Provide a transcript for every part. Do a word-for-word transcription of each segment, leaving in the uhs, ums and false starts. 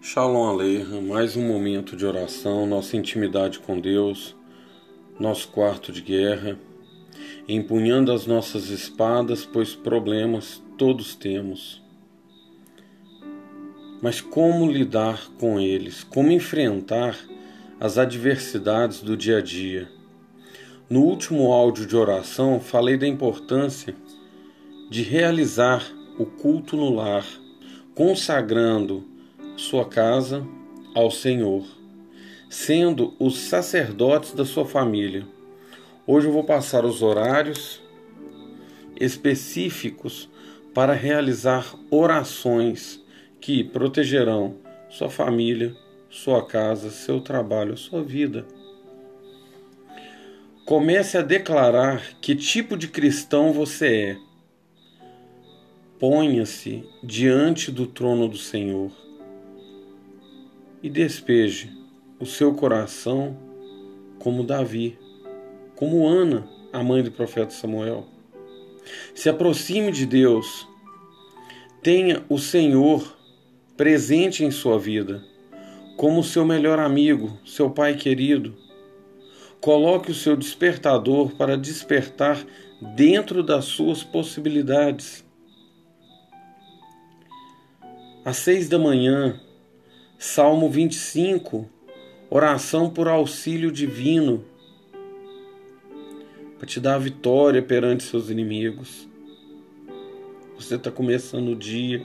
Shalom Aleichem, mais um momento de oração, nossa intimidade com Deus, nosso quarto de guerra, empunhando as nossas espadas, pois problemas todos temos. Mas como lidar com eles? Como enfrentar as adversidades do dia a dia? No último áudio de oração, falei da importância de realizar o culto no lar, consagrando sua casa ao Senhor, sendo os sacerdotes da sua família. Hoje eu vou passar os horários específicos para realizar orações que protegerão sua família, sua casa, seu trabalho, sua vida. Comece a declarar que tipo de cristão você é. Ponha-se diante do trono do Senhor e despeje o seu coração como Davi, como Ana, a mãe do profeta Samuel. Se aproxime de Deus, tenha o Senhor presente em sua vida, como seu melhor amigo, seu pai querido. Coloque o seu despertador para despertar dentro das suas possibilidades. Às seis da manhã, Salmo vinte e cinco, oração por auxílio divino, para te dar a vitória perante seus inimigos. Você está começando o dia,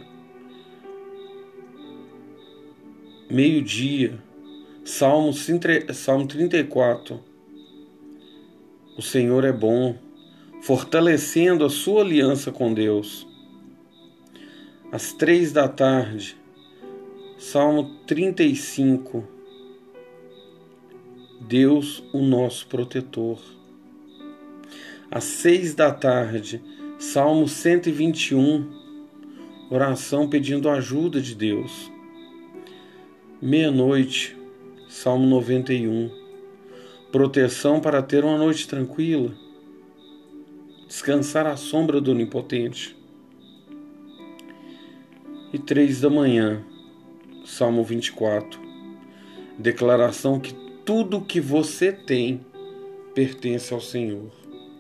meio-dia, Salmo, Salmo trinta e quatro. O Senhor é bom, fortalecendo a sua aliança com Deus. Às três da tarde, Salmo trinta e cinco. Deus, o nosso protetor. Às seis da tarde, Salmo cento e vinte e um. Oração pedindo ajuda de Deus. Meia-noite, Salmo noventa e um. Proteção para ter uma noite tranquila. Descansar à sombra do Onipotente. E três da manhã, Salmo vinte e quatro. Declaração que tudo que você tem pertence ao Senhor.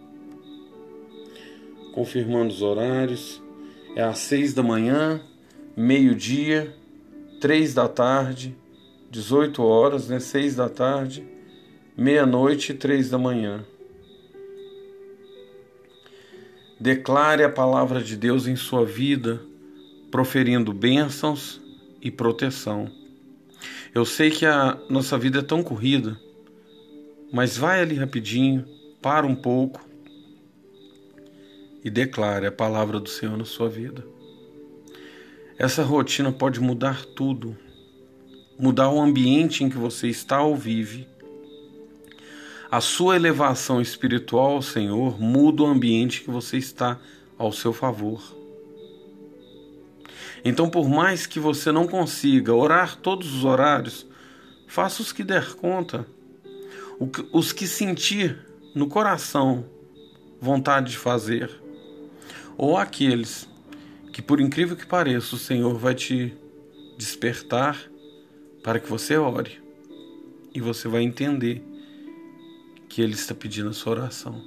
Confirmando os horários, é às seis da manhã, meio-dia, três da tarde, dezoito horas, né? seis da tarde, meia-noite e três da manhã. Declare a palavra de Deus em sua vida, proferindo bênçãos e proteção. Eu sei que a nossa vida é tão corrida, mas vai ali rapidinho, para um pouco e declare a palavra do Senhor na sua vida. Essa rotina pode mudar tudo, mudar o ambiente em que você está ou vive. A sua elevação espiritual ao Senhor muda o ambiente que você está ao seu favor. Então, por mais que você não consiga orar todos os horários, faça os que der conta, os que sentir no coração vontade de fazer, ou aqueles que, por incrível que pareça, o Senhor vai te despertar para que você ore, e você vai entender que Ele está pedindo a sua oração.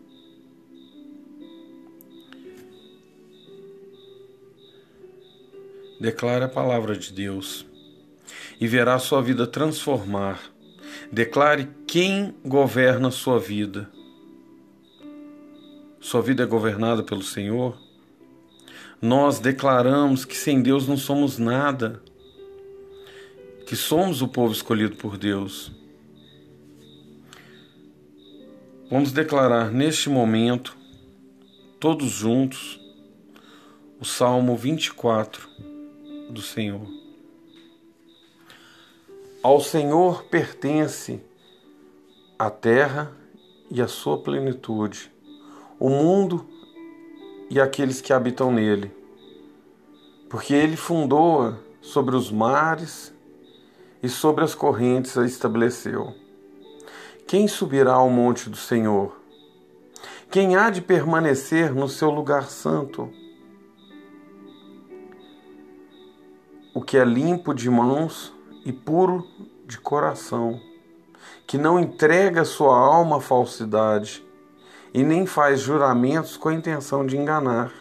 Declare a palavra de Deus e verá a sua vida transformar. Declare quem governa a sua vida. Sua vida é governada pelo Senhor? Nós declaramos que sem Deus não somos nada, que somos o povo escolhido por Deus. Vamos declarar neste momento, todos juntos, o Salmo vinte e quatro do Senhor. Ao Senhor pertence a terra e a sua plenitude, o mundo e aqueles que habitam nele, porque Ele fundou-a sobre os mares e sobre as correntes a estabeleceu. Quem subirá ao monte do Senhor? Quem há de permanecer no seu lugar santo? o que é limpo de mãos e puro de coração, que não entrega sua alma à falsidade e nem faz juramentos com a intenção de enganar.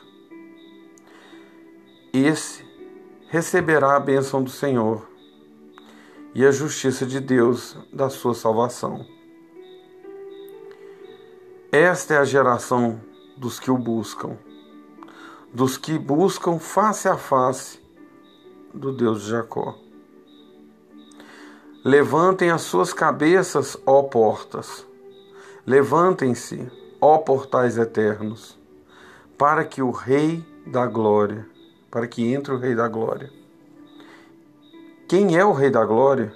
Esse receberá a bênção do Senhor e a justiça de Deus da sua salvação. Esta é a geração dos que o buscam, dos que buscam face a face do Deus de Jacó. Levantem as suas cabeças, ó portas, levantem-se, ó portais eternos, para que o Rei da Glória, para que entre o Rei da Glória. Quem é o Rei da Glória?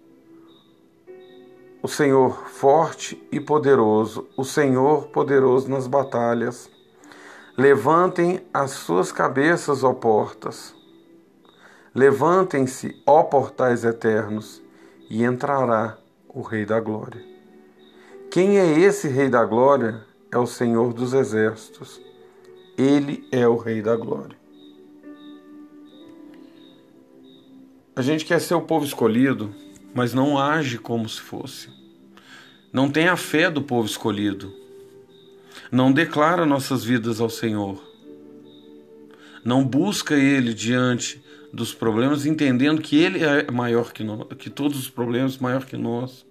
O Senhor forte e poderoso, o Senhor poderoso nas batalhas. Levantem as suas cabeças, ó portas. Levantem-se, ó portais eternos, e entrará o Rei da Glória. Quem é esse Rei da Glória? É o Senhor dos Exércitos. Ele é o Rei da Glória. A gente quer ser o povo escolhido, mas não age como se fosse. Não tem a fé do povo escolhido. Não declara nossas vidas ao Senhor. Não busca Ele diante dos problemas, entendendo que Ele é maior que nós, que todos os problemas, maior que nós.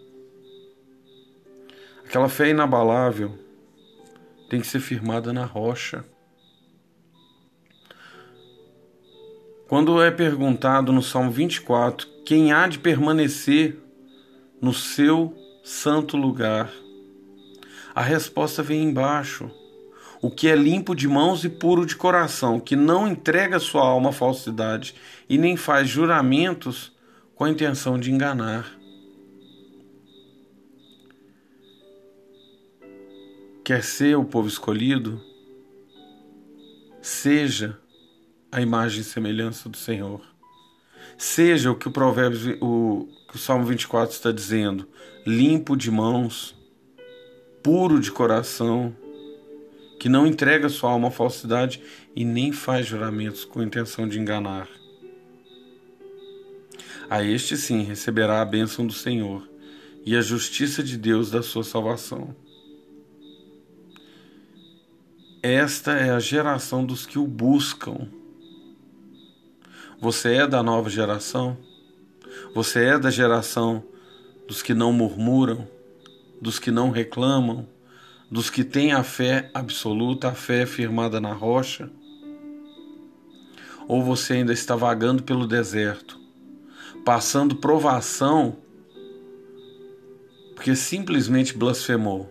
Aquela fé inabalável tem que ser firmada na rocha. Quando é perguntado no Salmo vinte e quatro, quem há de permanecer no seu santo lugar? A resposta vem embaixo. O que é limpo de mãos e puro de coração, que não entrega sua alma à falsidade e nem faz juramentos com a intenção de enganar. Quer ser o povo escolhido? Seja a imagem e semelhança do Senhor. Seja o que o Provérbios, o, que o Salmo vinte e quatro está dizendo, limpo de mãos, puro de coração, que não entrega sua alma à falsidade e nem faz juramentos com a intenção de enganar. A este sim receberá a bênção do Senhor e a justiça de Deus da sua salvação. Esta é a geração dos que o buscam. Você é da nova geração? Você é da geração dos que não murmuram, dos que não reclamam, dos que têm a fé absoluta, a fé firmada na rocha? Ou você ainda está vagando pelo deserto, passando provação, porque simplesmente blasfemou?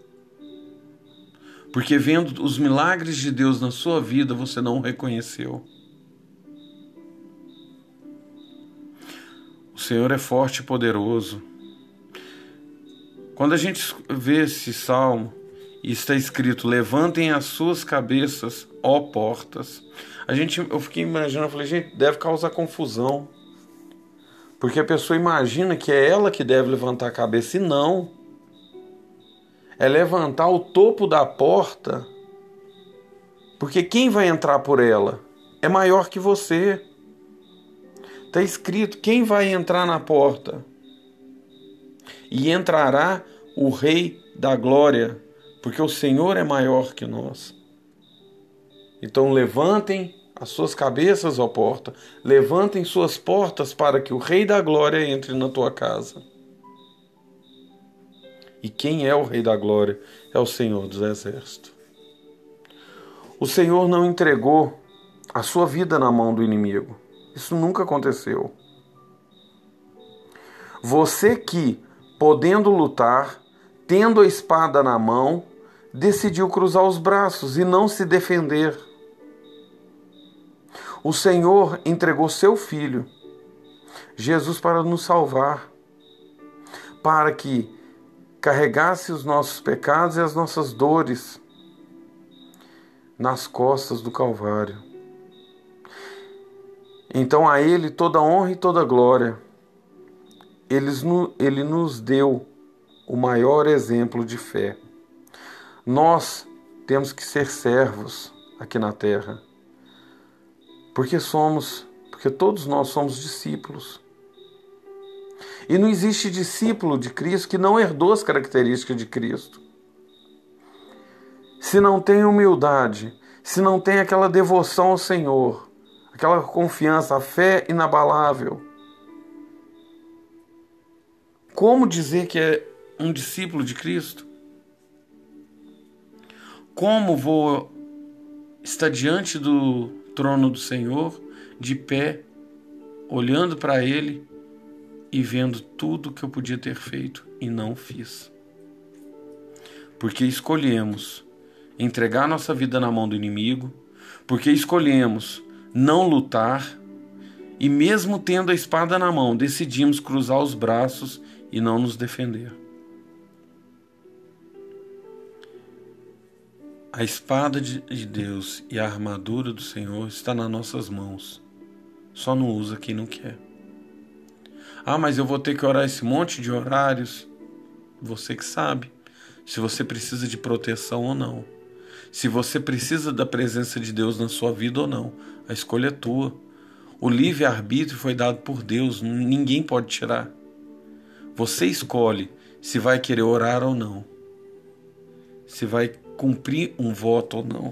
Porque vendo os milagres de Deus na sua vida, você não o reconheceu. O Senhor é forte e poderoso. Quando a gente vê esse salmo e está escrito, levantem as suas cabeças, ó portas, a gente, eu fiquei imaginando, eu falei, gente, deve causar confusão. Porque a pessoa imagina que é ela que deve levantar a cabeça, e não. É levantar o topo da porta, porque quem vai entrar por ela é maior que você. Está escrito, quem vai entrar na porta? E entrará o Rei da Glória, porque o Senhor é maior que nós. Então levantem as suas cabeças, ó porta, levantem suas portas para que o Rei da Glória entre na tua casa. E quem é o Rei da Glória? É o Senhor dos Exércitos. O Senhor não entregou a sua vida na mão do inimigo. Isso nunca aconteceu. Você que, podendo lutar, tendo a espada na mão, decidiu cruzar os braços e não se defender. O Senhor entregou seu Filho, Jesus, para nos salvar, para que carregasse os nossos pecados e as nossas dores nas costas do Calvário. Então a Ele toda honra e toda glória. Ele nos deu o maior exemplo de fé. Nós temos que ser servos aqui na terra, porque somos, porque porque todos nós somos discípulos. E não existe discípulo de Cristo que não herdou as características de Cristo. Se não tem humildade, se não tem aquela devoção ao Senhor, aquela confiança, a fé inabalável, como dizer que é um discípulo de Cristo? Como vou estar diante do trono do Senhor, de pé, olhando para Ele e vendo tudo que eu podia ter feito e não fiz? Porque escolhemos entregar nossa vida na mão do inimigo, porque escolhemos não lutar e, mesmo tendo a espada na mão, decidimos cruzar os braços e não nos defender. A espada de Deus e a armadura do Senhor está nas nossas mãos. Só não usa quem não quer. Ah, mas eu vou ter que orar esse monte de horários. Você que sabe se você precisa de proteção ou não. Se você precisa da presença de Deus na sua vida ou não. A escolha é tua. O livre-arbítrio foi dado por Deus. Ninguém pode tirar. Você escolhe se vai querer orar ou não. Se vai cumprir um voto ou não.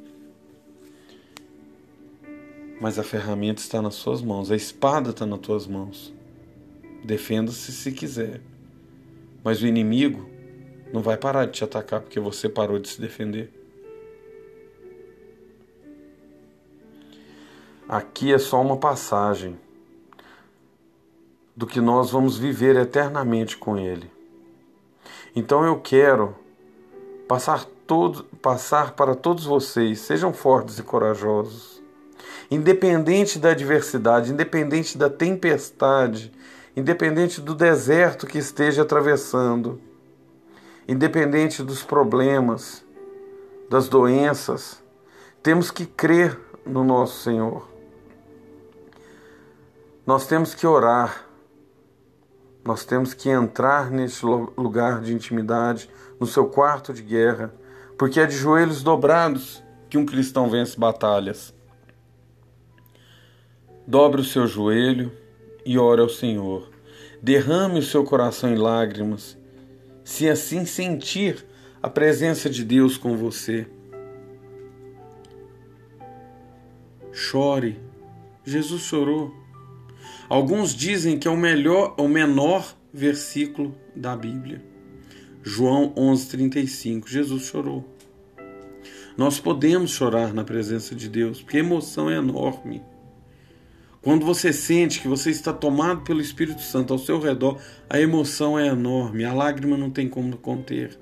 Mas a ferramenta está nas suas mãos. A espada está nas tuas mãos. Defenda-se se quiser. Mas o inimigo não vai parar de te atacar porque você parou de se defender. Aqui é só uma passagem do que nós vamos viver eternamente com Ele. Então eu quero passar, todo, passar para todos vocês, sejam fortes e corajosos, independente da adversidade, independente da tempestade, independente do deserto que esteja atravessando, independente dos problemas, das doenças, temos que crer no nosso Senhor. Nós temos que orar, nós temos que entrar neste lugar de intimidade, no seu quarto de guerra, porque é de joelhos dobrados que um cristão vence batalhas. Dobre o seu joelho e ore ao Senhor. Derrame o seu coração em lágrimas, se assim sentir a presença de Deus com você. Chore. Jesus chorou. Alguns dizem que é o melhor, o menor versículo da Bíblia. João onze, trinta e cinco. Jesus chorou. Nós podemos chorar na presença de Deus, porque a emoção é enorme. Quando você sente que você está tomado pelo Espírito Santo ao seu redor, a emoção é enorme, a lágrima não tem como conter.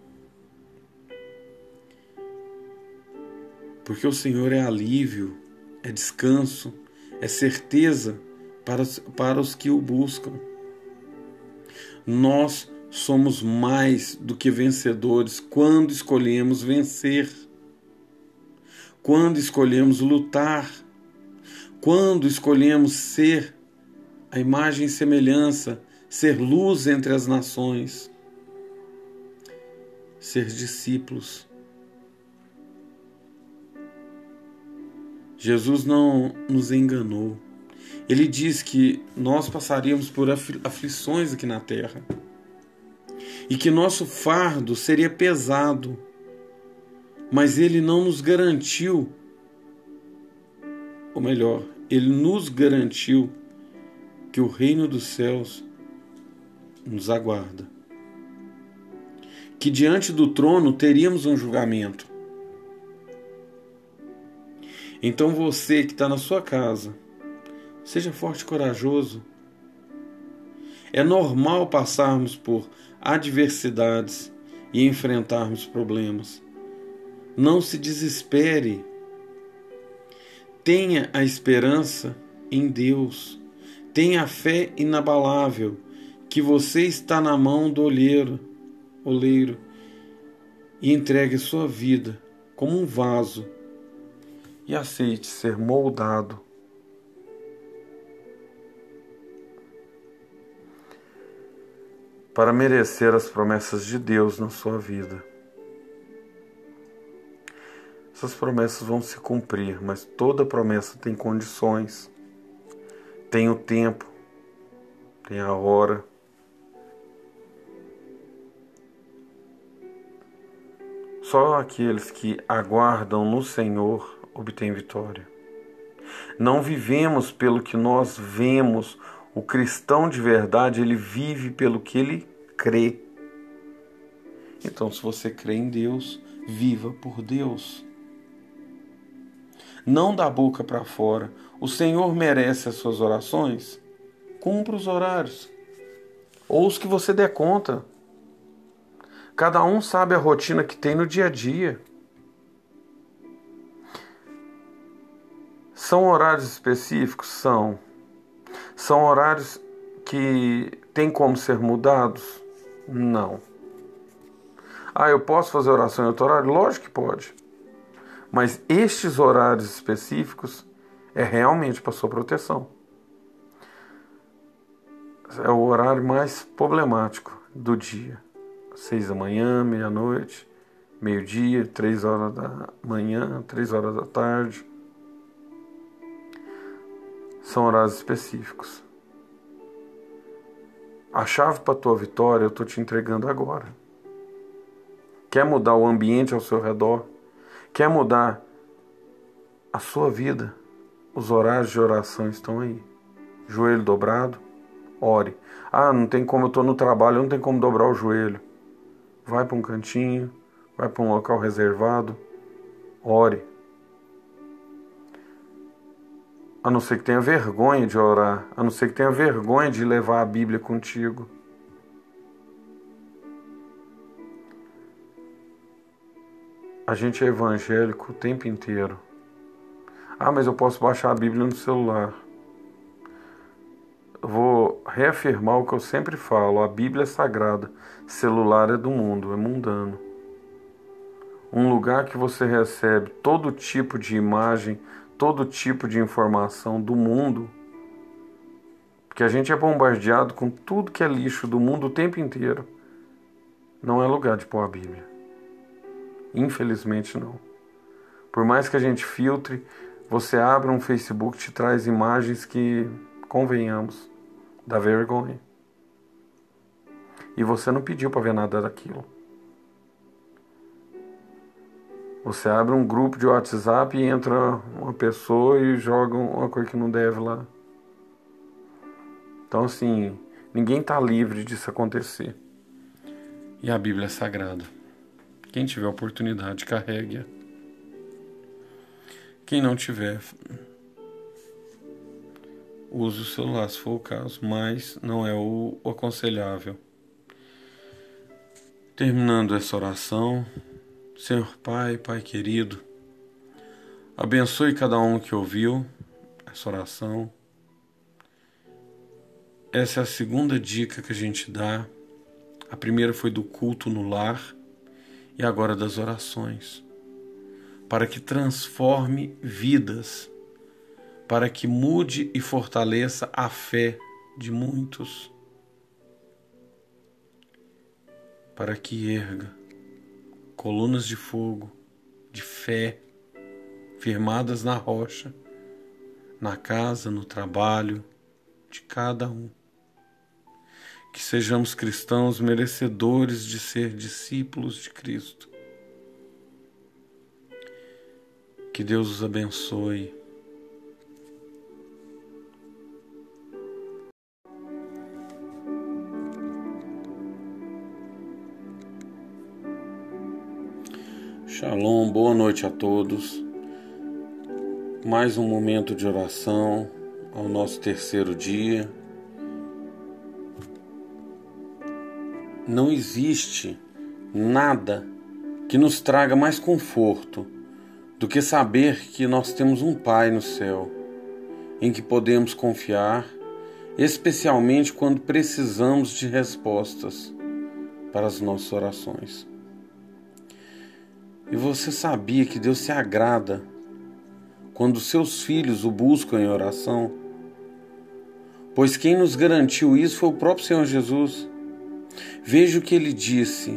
Porque o Senhor é alívio, é descanso, é certeza para, para os que o buscam. Nós somos mais do que vencedores quando escolhemos vencer, quando escolhemos lutar, quando escolhemos ser a imagem e semelhança, ser luz entre as nações, ser discípulos. Jesus não nos enganou. Ele diz que nós passaríamos por aflições aqui na terra e que nosso fardo seria pesado, mas Ele não nos garantiu, ou melhor, Ele nos garantiu que o reino dos céus nos aguarda, que diante do trono teríamos um julgamento. Então você que está na sua casa, seja forte e corajoso. É normal passarmos por adversidades e enfrentarmos problemas. Não se desespere. Tenha a esperança em Deus. Tenha a fé inabalável que você está na mão do oleiro, oleiro e entregue a sua vida como um vaso e aceite ser moldado para merecer as promessas de Deus na sua vida. Essas promessas vão se cumprir, mas toda promessa tem condições. tem o tempo, tem a hora. Só aqueles que aguardam no Senhor obtêm vitória. Não vivemos pelo que nós vemos. O cristão de verdade, ele vive pelo que ele crê. Então, se você crê em Deus, viva por Deus. Não da boca para fora. O Senhor merece as suas orações? Cumpra os horários. Ou os que você der conta. Cada um sabe a rotina que tem no dia a dia. São horários específicos? São. São horários que têm como ser mudados? Não. Ah, eu posso fazer oração em outro horário? Lógico que pode. Mas estes horários específicos é realmente para sua proteção. É o horário mais problemático do dia. Seis da manhã, meia-noite, meio-dia, três horas da manhã, três horas da tarde. São horários específicos. A chave para a tua vitória eu estou te entregando agora. Quer mudar o ambiente ao seu redor? Quer mudar a sua vida? Os horários de oração estão aí. Joelho dobrado, ore. Ah, não tem como, eu estou no trabalho, não tem como dobrar o joelho. Vai para um cantinho, vai para um local reservado, ore. A não ser que tenha vergonha de orar, a não ser que tenha vergonha de levar a Bíblia contigo. A gente é evangélico o tempo inteiro. Ah, mas eu posso baixar a Bíblia no celular. Eu vou reafirmar o que eu sempre falo. A Bíblia é sagrada. Celular é do mundo, é mundano. Um lugar que você recebe todo tipo de imagem, todo tipo de informação do mundo. Porque a gente é bombardeado com tudo que é lixo do mundo o tempo inteiro. Não é lugar de pôr a Bíblia. Infelizmente não. Por mais que a gente filtre, você abre um Facebook, te traz imagens que, convenhamos, dá vergonha. E você não pediu para ver nada daquilo. Você abre um grupo de WhatsApp e entra uma pessoa e joga uma coisa que não deve lá. Então assim, ninguém está livre disso acontecer. E a Bíblia é sagrada. Quem tiver oportunidade, carregue-a. Quem não tiver, use o celular se for o caso, mas não é o aconselhável. Terminando essa oração, Senhor Pai, Pai querido, abençoe cada um que ouviu essa oração. Essa é a segunda dica que a gente dá. A primeira foi do culto no lar e agora das orações. Para que transforme vidas, para que mude e fortaleça a fé de muitos, para que erga colunas de fogo, de fé, firmadas na rocha, na casa, no trabalho de cada um. Que sejamos cristãos merecedores de ser discípulos de Cristo. Que Deus os abençoe. Shalom, boa noite a todos. Mais um momento de oração ao nosso terceiro dia. Não existe nada que nos traga mais conforto do que saber que nós temos um Pai no céu, em que podemos confiar, especialmente quando precisamos de respostas para as nossas orações. E você sabia que Deus se agrada quando seus filhos o buscam em oração? Pois quem nos garantiu isso foi o próprio Senhor Jesus. Veja o que ele disse: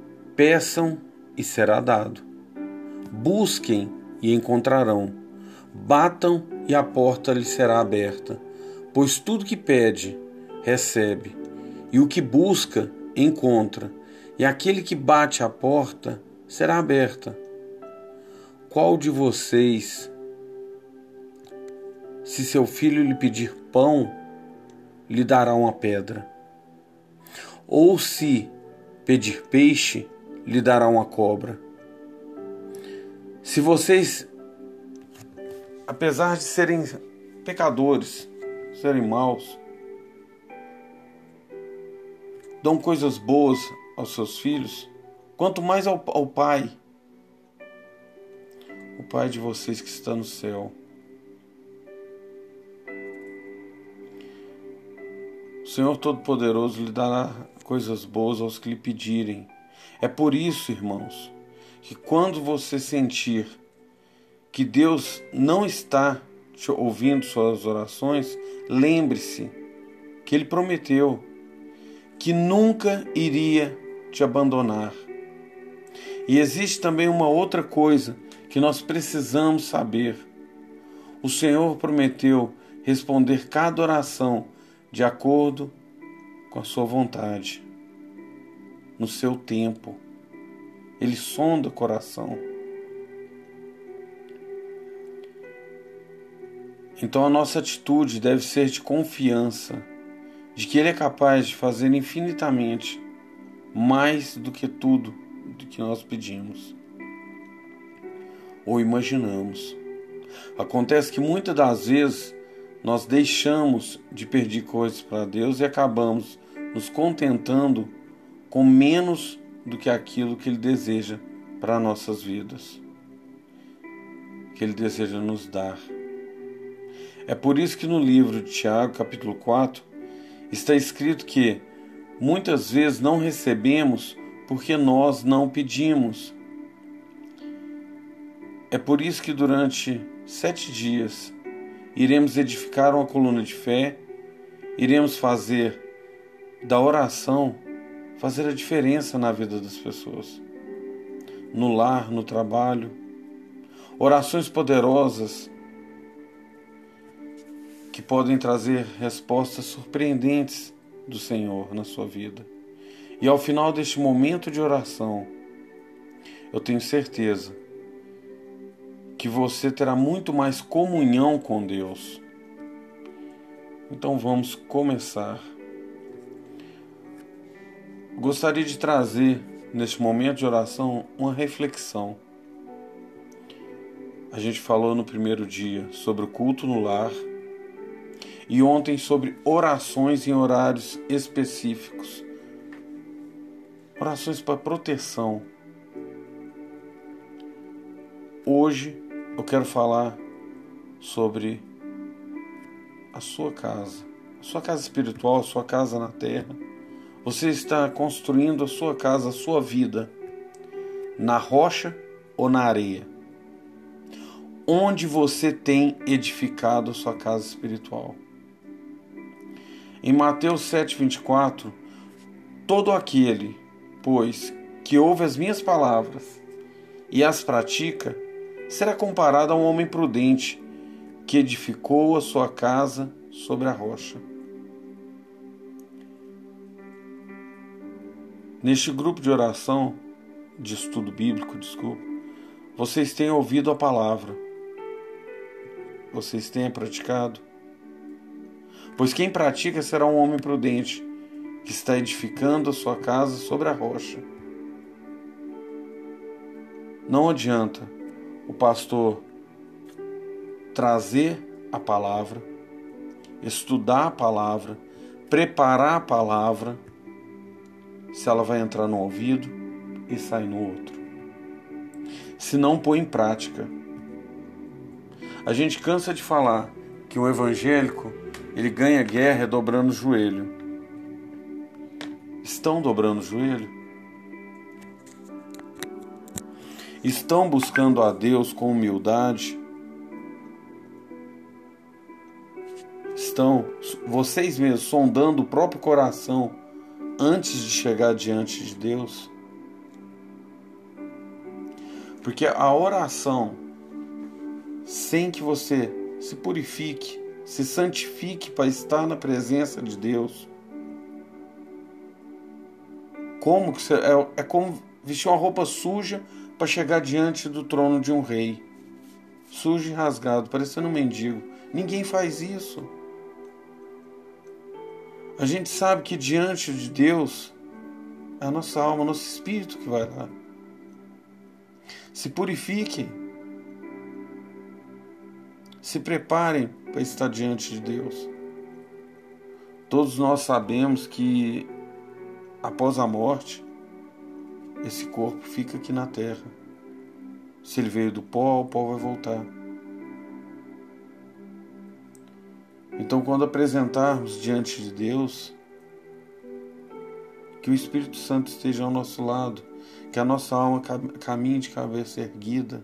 peçam e será dado. Busquem e encontrarão. Batam e a porta lhe será aberta, pois tudo que pede, recebe, e o que busca, encontra, e aquele que bate à porta será aberta. Qual de vocês, se seu filho lhe pedir pão, lhe dará uma pedra? Ou se pedir peixe, lhe dará uma cobra? Se vocês, apesar de serem pecadores, serem maus, dão coisas boas aos seus filhos, quanto mais ao, ao Pai, o Pai de vocês que está no céu. O Senhor Todo-Poderoso lhe dará coisas boas aos que lhe pedirem. É por isso, irmãos, que quando você sentir que Deus não está te ouvindo suas orações, lembre-se que Ele prometeu que nunca iria te abandonar. E existe também uma outra coisa que nós precisamos saber. O Senhor prometeu responder cada oração de acordo com a sua vontade, no seu tempo. Ele sonda o coração. Então a nossa atitude deve ser de confiança, de que Ele é capaz de fazer infinitamente mais do que tudo do que nós pedimos ou imaginamos. Acontece que muitas das vezes nós deixamos de pedir coisas para Deus e acabamos nos contentando com menos do que aquilo que Ele deseja para nossas vidas, que Ele deseja nos dar. É por isso que no livro de Tiago, capítulo quatro, está escrito que muitas vezes não recebemos porque nós não pedimos. É por isso que durante sete dias iremos edificar uma coluna de fé, iremos fazer da oração, fazer a diferença na vida das pessoas, no lar, no trabalho, orações poderosas que podem trazer respostas surpreendentes do Senhor na sua vida. E ao final deste momento de oração, eu tenho certeza que você terá muito mais comunhão com Deus. Então vamos começar. Gostaria de trazer neste momento de oração uma reflexão. A gente falou no primeiro dia sobre o culto no lar e ontem sobre orações em horários específicos. Orações para proteção. Hoje eu quero falar sobre a sua casa, a sua casa espiritual, a sua casa na terra. Você está construindo a sua casa, a sua vida, na rocha ou na areia? Onde você tem edificado a sua casa espiritual? Em Mateus sete, vinte e quatro, todo aquele, pois, que ouve as minhas palavras e as pratica, será comparado a um homem prudente que edificou a sua casa sobre a rocha. Neste grupo de oração, de estudo bíblico, desculpa, vocês têm ouvido a palavra. Vocês têm praticado? Pois quem pratica será um homem prudente, que está edificando a sua casa sobre a rocha. Não adianta o pastor trazer a palavra, estudar a palavra, preparar a palavra, se ela vai entrar no ouvido e sair no outro. Se não põe em prática. A gente cansa de falar que o evangélico ele ganha guerra dobrando o joelho. Estão dobrando o joelho? Estão buscando a Deus com humildade? Estão, vocês mesmos, sondando o próprio coração antes de chegar diante de Deus? Porque a oração sem que você se purifique, se santifique para estar na presença de Deus. Como que você, é, é como vestir uma roupa suja para chegar diante do trono de um rei. Sujo e rasgado, parecendo um mendigo. Ninguém faz isso. A gente sabe que diante de Deus é a nossa alma, o nosso espírito que vai lá. Se purifiquem. Se preparem para estar diante de Deus. Todos nós sabemos que após a morte, esse corpo fica aqui na terra. Se ele veio do pó, o pó vai voltar. Então, quando apresentarmos diante de Deus, que o Espírito Santo esteja ao nosso lado, que a nossa alma caminhe de cabeça erguida.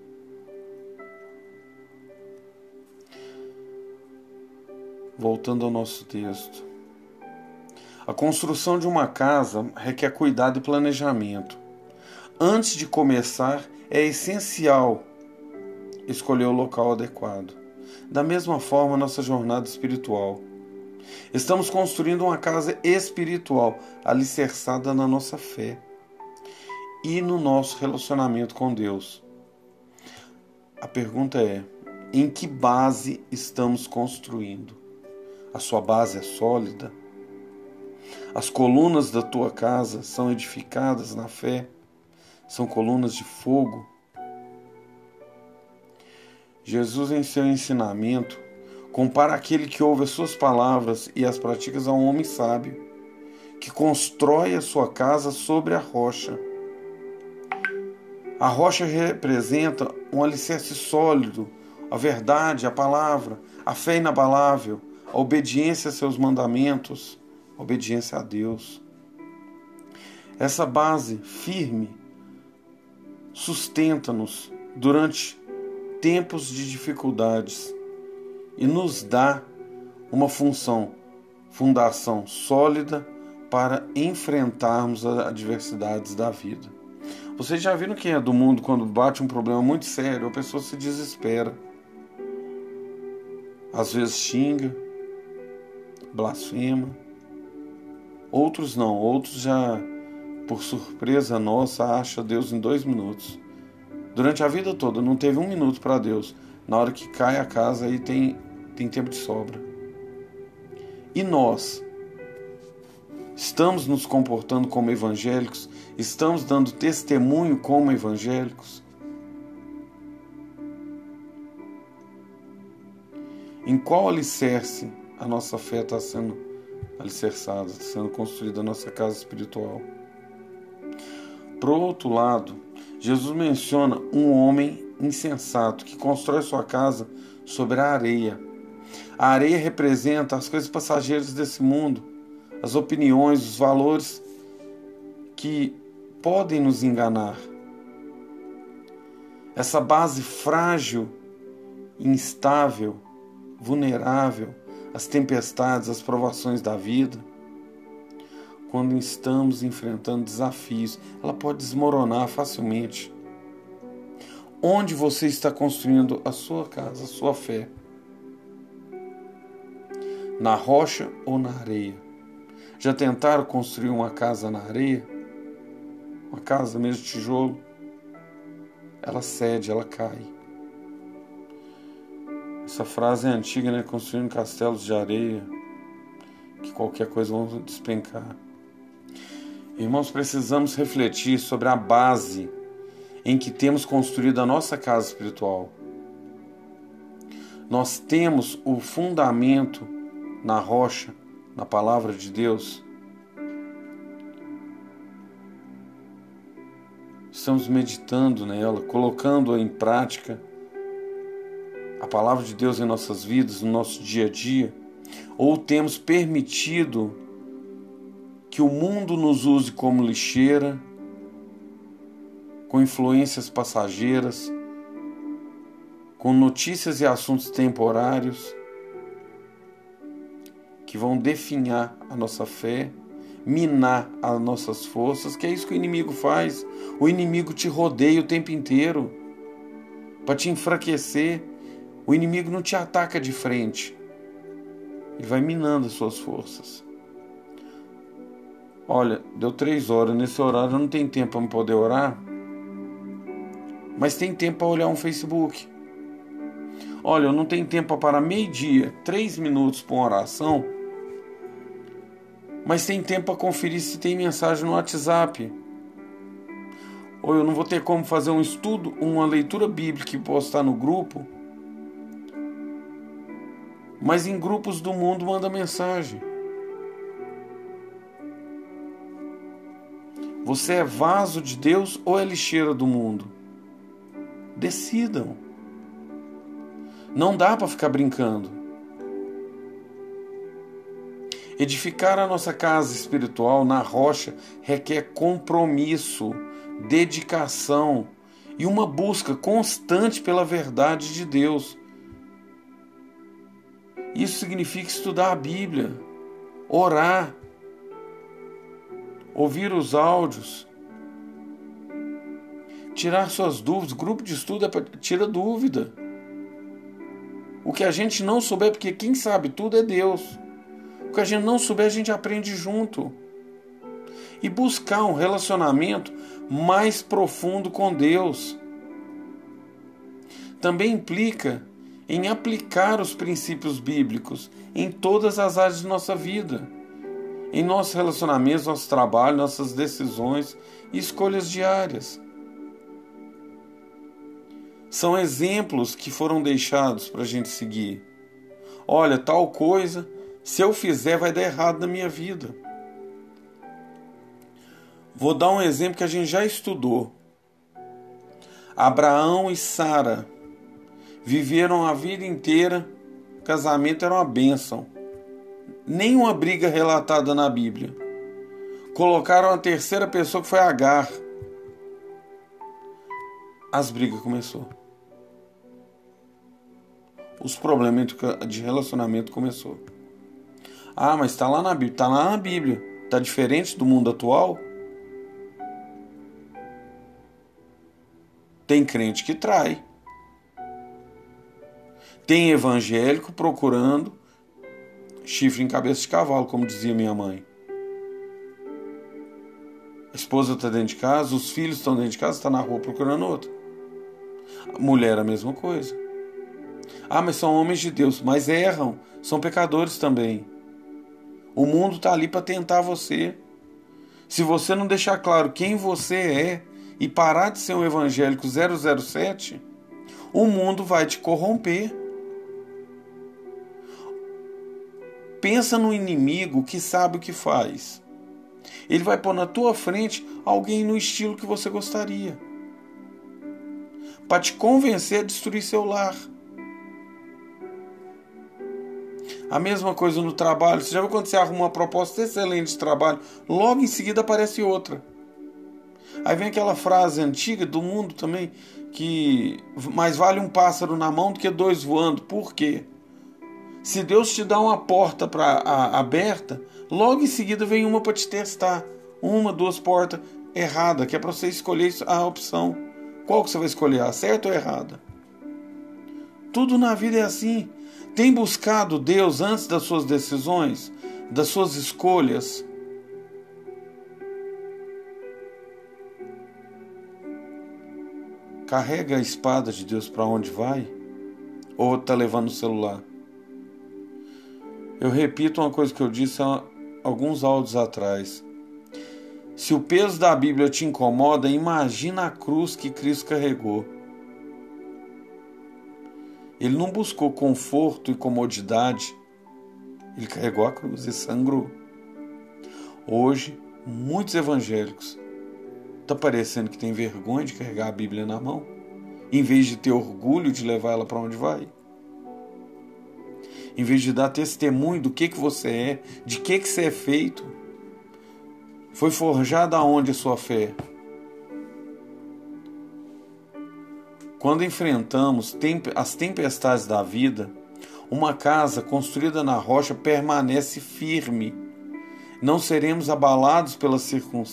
Voltando ao nosso texto. A construção de uma casa requer cuidado e planejamento. Antes de começar, é essencial escolher o local adequado. Da mesma forma, nossa jornada espiritual. Estamos construindo uma casa espiritual, alicerçada na nossa fé e no nosso relacionamento com Deus. A pergunta é: em que base estamos construindo? A sua base é sólida? As colunas da tua casa são edificadas na fé? São colunas de fogo? Jesus, em seu ensinamento, compara aquele que ouve as suas palavras e as pratica a um homem sábio, que constrói a sua casa sobre a rocha. A rocha representa um alicerce sólido, a verdade, a palavra, a fé inabalável, a obediência a seus mandamentos, a obediência a Deus. Essa base firme sustenta-nos durante tempos de dificuldades e nos dá uma função, fundação sólida para enfrentarmos as adversidades da vida. Vocês já viram quem é do mundo quando bate um problema muito sério, a pessoa se desespera. Às vezes xinga, blasfema. Outros não, outros já, por surpresa nossa, acha Deus em dois minutos. Durante a vida toda, não teve um minuto para Deus. Na hora que cai a casa, aí tem, tem tempo de sobra. E nós? Estamos nos comportando como evangélicos? Estamos dando testemunho como evangélicos? Em qual alicerce a nossa fé está sendo alicerçada, está sendo construída a nossa casa espiritual? Por outro lado, Jesus menciona um homem insensato que constrói sua casa sobre a areia. A areia representa as coisas passageiras desse mundo, as opiniões, os valores que podem nos enganar. Essa base frágil, instável, vulnerável às tempestades, às provações da vida, quando estamos enfrentando desafios, ela pode desmoronar facilmente. Onde você está construindo a sua casa, a sua fé? Na rocha ou na areia? Já tentaram construir uma casa na areia? Uma casa mesmo de tijolo? Ela cede, ela cai. Essa frase é antiga, né? Construindo castelos de areia, que qualquer coisa vão despencar. Irmãos, precisamos refletir sobre a base em que temos construído a nossa casa espiritual. Nós temos o fundamento na rocha, na palavra de Deus. Estamos meditando nela, colocando-a em prática, a palavra de Deus em nossas vidas, no nosso dia a dia, ou temos permitido que o mundo nos use como lixeira, com influências passageiras, com notícias e assuntos temporários que vão definhar a nossa fé, minar as nossas forças, que é isso que o inimigo faz. O inimigo te rodeia o tempo inteiro para te enfraquecer, O inimigo não te ataca de frente. Ele vai minando as suas forças. Olha, deu três horas. Nesse horário eu não tenho tempo para poder orar. Mas tem tempo para olhar um Facebook. Olha, eu não tenho tempo para parar meio-dia, três minutos para uma oração. Mas tem tempo para conferir se tem mensagem no WhatsApp. Ou eu não vou ter como fazer um estudo, uma leitura bíblica e postar no grupo. Mas em grupos do mundo manda mensagem. Você é vaso de Deus ou é lixeira do mundo? Decidam. Não dá para ficar brincando. Edificar a nossa casa espiritual na rocha requer compromisso, dedicação e uma busca constante pela verdade de Deus. Isso significa estudar a Bíblia, orar, ouvir os áudios, tirar suas dúvidas. Grupo de estudo é para tirar dúvida. O que a gente não souber, porque quem sabe tudo é Deus. O que a gente não souber, a gente aprende junto. E buscar um relacionamento mais profundo com Deus. Também implica em aplicar os princípios bíblicos em todas as áreas de nossa vida. Em nossos relacionamentos, nosso trabalho, nossas decisões e escolhas diárias. São exemplos que foram deixados para a gente seguir. Olha, tal coisa, se eu fizer, vai dar errado na minha vida. Vou dar um exemplo que a gente já estudou. Abraão e Sara viveram a vida inteira, o casamento era uma bênção. Nenhuma briga relatada na Bíblia. Colocaram a terceira pessoa, que foi Agar. As brigas começaram. Os problemas de relacionamento começou. Ah, mas está lá na Bíblia. Está lá na Bíblia. Está diferente do mundo atual? Tem crente que trai. Tem evangélico procurando chifre em cabeça de cavalo, como dizia minha mãe. A esposa está dentro de casa, os filhos estão dentro de casa, está na rua procurando outra. A mulher a mesma coisa. Ah, mas são homens de Deus, mas erram, são pecadores também. O mundo está ali para tentar você. Se você não deixar claro quem você é e parar de ser um evangélico zero zero sete, o mundo vai te corromper. Pensa no inimigo que sabe o que faz. Ele vai pôr na tua frente alguém no estilo que você gostaria, para te convencer a destruir seu lar. A mesma coisa no trabalho. Você já viu quando você arruma uma proposta excelente de trabalho, logo em seguida aparece outra. Aí vem aquela frase antiga do mundo também, que mais vale um pássaro na mão do que dois voando. Por quê? Se Deus te dá uma porta pra, a, aberta, logo em seguida vem uma para te testar. Uma, duas portas erradas, que é para você escolher a opção. Qual que você vai escolher, a certa ou a errada? Tudo na vida é assim. Tem buscado Deus antes das suas decisões, das suas escolhas? Carrega a espada de Deus para onde vai? Ou está levando o celular? Eu repito uma coisa que eu disse há alguns áudios atrás. Se o peso da Bíblia te incomoda, imagina a cruz que Cristo carregou. Ele não buscou conforto e comodidade. Ele carregou a cruz e sangrou. Hoje, muitos evangélicos estão parecendo que tem vergonha de carregar a Bíblia na mão, em vez de ter orgulho de levar ela para onde vai. Em vez de dar testemunho do que, que você é, de que, que você é feito. Foi forjada aonde a sua fé? Quando enfrentamos as tempestades da vida, uma casa construída na rocha permanece firme. Não seremos abalados pelas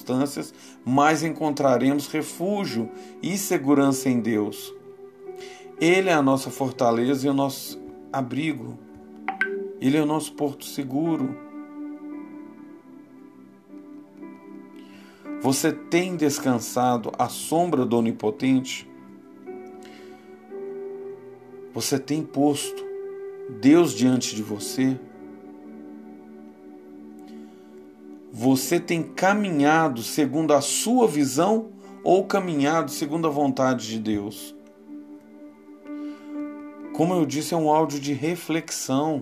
circunstâncias, mas encontraremos refúgio e segurança em Deus. Ele é a nossa fortaleza e o nosso abrigo. Ele é o nosso porto seguro. Você tem descansado à sombra do Onipotente? Você tem posto Deus diante de você? Você tem caminhado segundo a sua visão ou caminhado segundo a vontade de Deus? Como eu disse, é um áudio de reflexão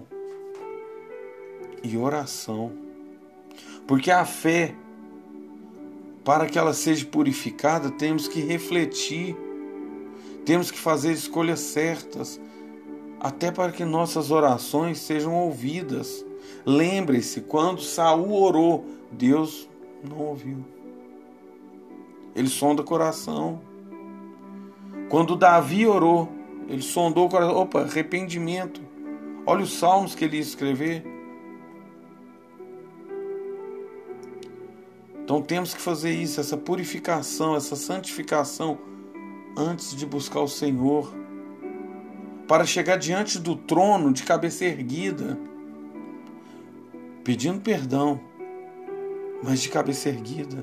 e oração. Porque a fé, para que ela seja purificada, temos que refletir, temos que fazer escolhas certas, até para que nossas orações sejam ouvidas. Lembre-se, quando Saul orou, Deus não ouviu. Ele sonda o coração. Quando Davi orou, ele sondou o coração. Opa, arrependimento. Olha os salmos que ele ia escrever. Então temos que fazer isso, essa purificação, essa santificação, antes de buscar o Senhor, para chegar diante do trono de cabeça erguida, pedindo perdão, mas de cabeça erguida.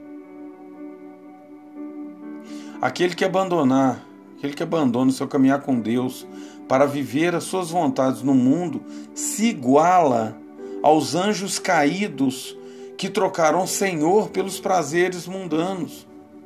Aquele que abandonar, aquele que abandona o seu caminhar com Deus para viver as suas vontades no mundo, se iguala aos anjos caídos que trocaram o Senhor pelos prazeres mundanos.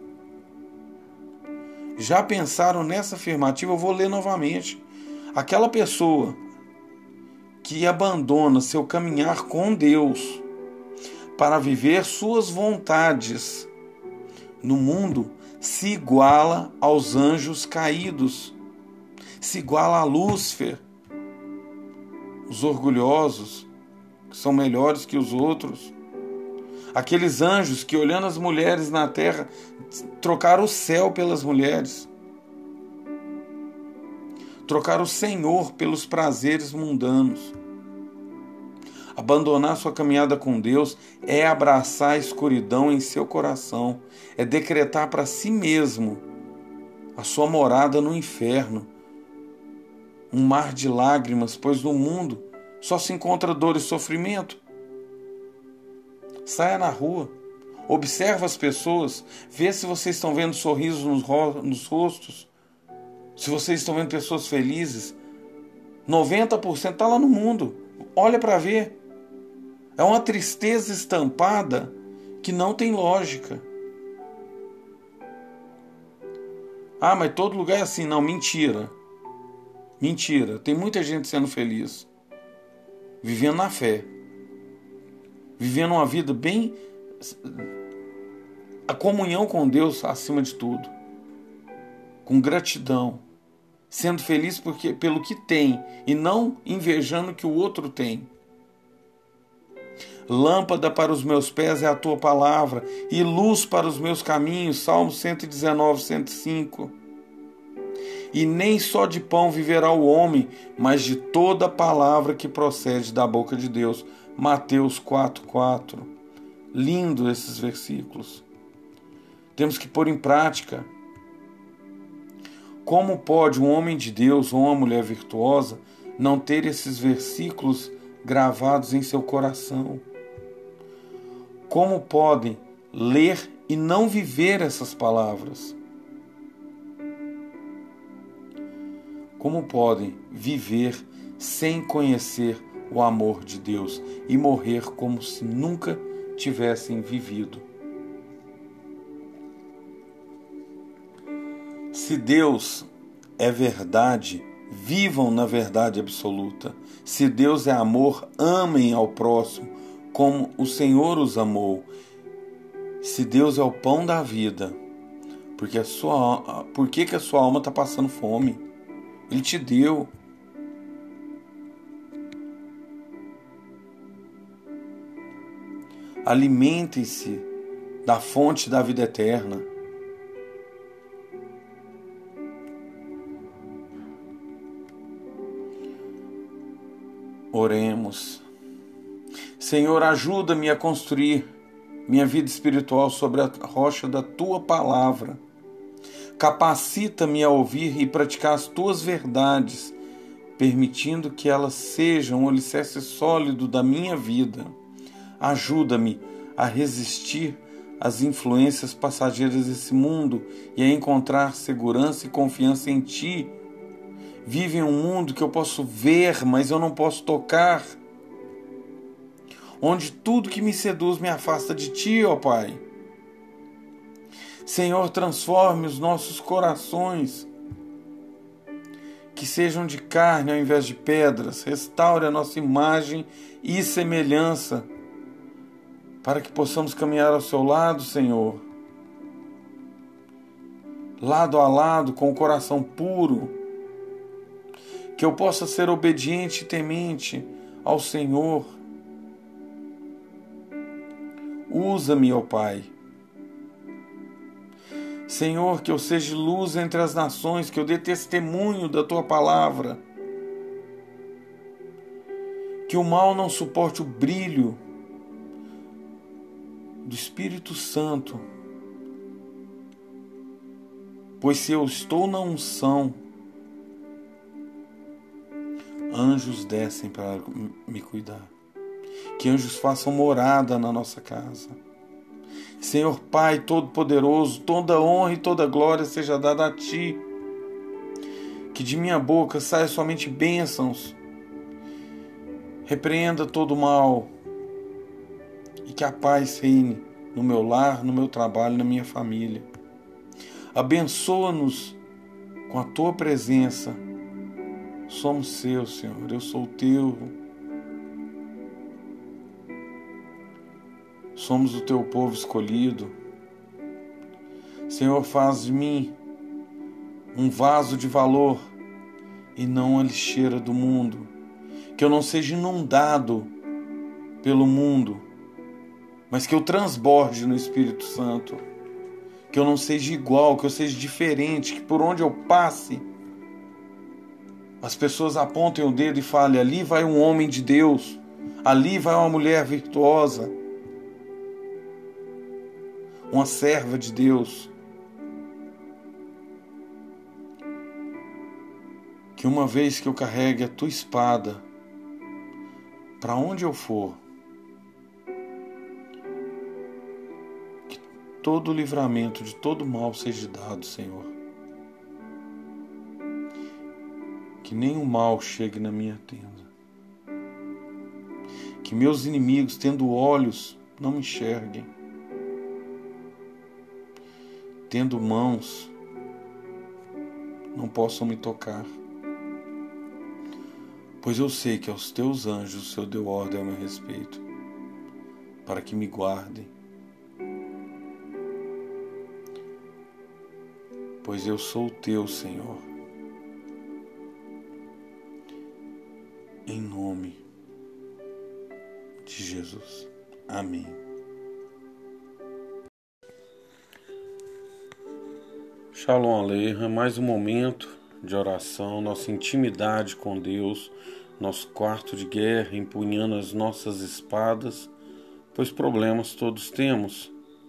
Já pensaram nessa afirmativa? Eu vou ler novamente. Aquela pessoa que abandona seu caminhar com Deus para viver suas vontades no mundo, se iguala aos anjos caídos, se iguala a Lúcifer, os orgulhosos, que são melhores que os outros, aqueles anjos que, olhando as mulheres na terra, trocaram o céu pelas mulheres, trocaram o Senhor pelos prazeres mundanos. Abandonar sua caminhada com Deus é abraçar a escuridão em seu coração, é decretar para si mesmo a sua morada no inferno, um mar de lágrimas, pois no mundo só se encontra dor e sofrimento. Saia na rua, observa as pessoas, vê se vocês estão vendo sorrisos nos, ro- nos rostos, se vocês estão vendo pessoas felizes. noventa por cento está lá no mundo, olha para ver. É uma tristeza estampada que não tem lógica. Ah, mas todo lugar é assim. Não, mentira. Mentira. Tem muita gente sendo feliz, vivendo na fé, vivendo uma vida bem... a comunhão com Deus acima de tudo, com gratidão, sendo feliz porque, pelo que tem e não invejando o que o outro tem. Lâmpada para os meus pés é a tua palavra e luz para os meus caminhos. Salmo cento e dezenove, cento e cinco. E nem só de pão viverá o homem, mas de toda palavra que procede da boca de Deus. Mateus quatro, quatro. Lindo esses versículos. Temos que pôr em prática. Como pode um homem de Deus ou uma mulher virtuosa não ter esses versículos gravados em seu coração? Como podem ler e não viver essas palavras? Como podem viver sem conhecer o amor de Deus e morrer como se nunca tivessem vivido? Se Deus é verdade, vivam na verdade absoluta. Se Deus é amor, amem ao próximo como o Senhor os amou. Se Deus é o pão da vida, porque a sua, por que, que a sua alma está passando fome? Ele te deu. Alimentem-se da fonte da vida eterna. Oremos. Senhor, ajuda-me a construir minha vida espiritual sobre a rocha da Tua palavra. Capacita-me a ouvir e praticar as tuas verdades, permitindo que elas sejam o alicerce sólido da minha vida. Ajuda-me a resistir às influências passageiras desse mundo e a encontrar segurança e confiança em Ti. Vive em um mundo que eu posso ver, mas eu não posso tocar, onde tudo que me seduz me afasta de Ti, ó Pai. Senhor, transforme os nossos corações, que sejam de carne ao invés de pedras. Restaure a nossa imagem e semelhança, para que possamos caminhar ao Seu lado, Senhor, lado a lado, com o coração puro, que eu possa ser obediente e temente ao Senhor. Usa-me, ó Pai. Senhor, que eu seja luz entre as nações, que eu dê testemunho da Tua palavra. Que o mal não suporte o brilho do Espírito Santo. Pois se eu estou na unção, anjos descem para me cuidar. Que anjos façam morada na nossa casa. Senhor Pai Todo-Poderoso, toda honra e toda glória seja dada a Ti. Que de minha boca saia somente bênçãos. Repreenda todo o mal. E que a paz reine no meu lar, no meu trabalho, na minha família. Abençoa-nos com a Tua presença. Somos Seus, Senhor. Eu sou Teu. Somos o Teu povo escolhido. Senhor, faz de mim um vaso de valor e não a lixeira do mundo. Que eu não seja inundado pelo mundo, mas que eu transborde no Espírito Santo. Que eu não seja igual, que eu seja diferente, que por onde eu passe, as pessoas apontem o dedo e falem: ali vai um homem de Deus, ali vai uma mulher virtuosa, uma serva de Deus. Que uma vez que eu carregue a Tua espada, para onde eu for, que todo o livramento de todo mal seja dado, Senhor. Que nenhum mal chegue na minha tenda. Que meus inimigos, tendo olhos, não me enxerguem. Tendo mãos, não possam me tocar. Pois eu sei que aos Teus anjos o Senhor deu ordem a meu respeito, para que me guardem. Pois eu sou Teu, Senhor. Em nome de Jesus. Amém. Shalom Aleichem, mais um momento de oração, nossa intimidade com Deus, nosso quarto de guerra, empunhando as nossas espadas, pois problemas todos temos,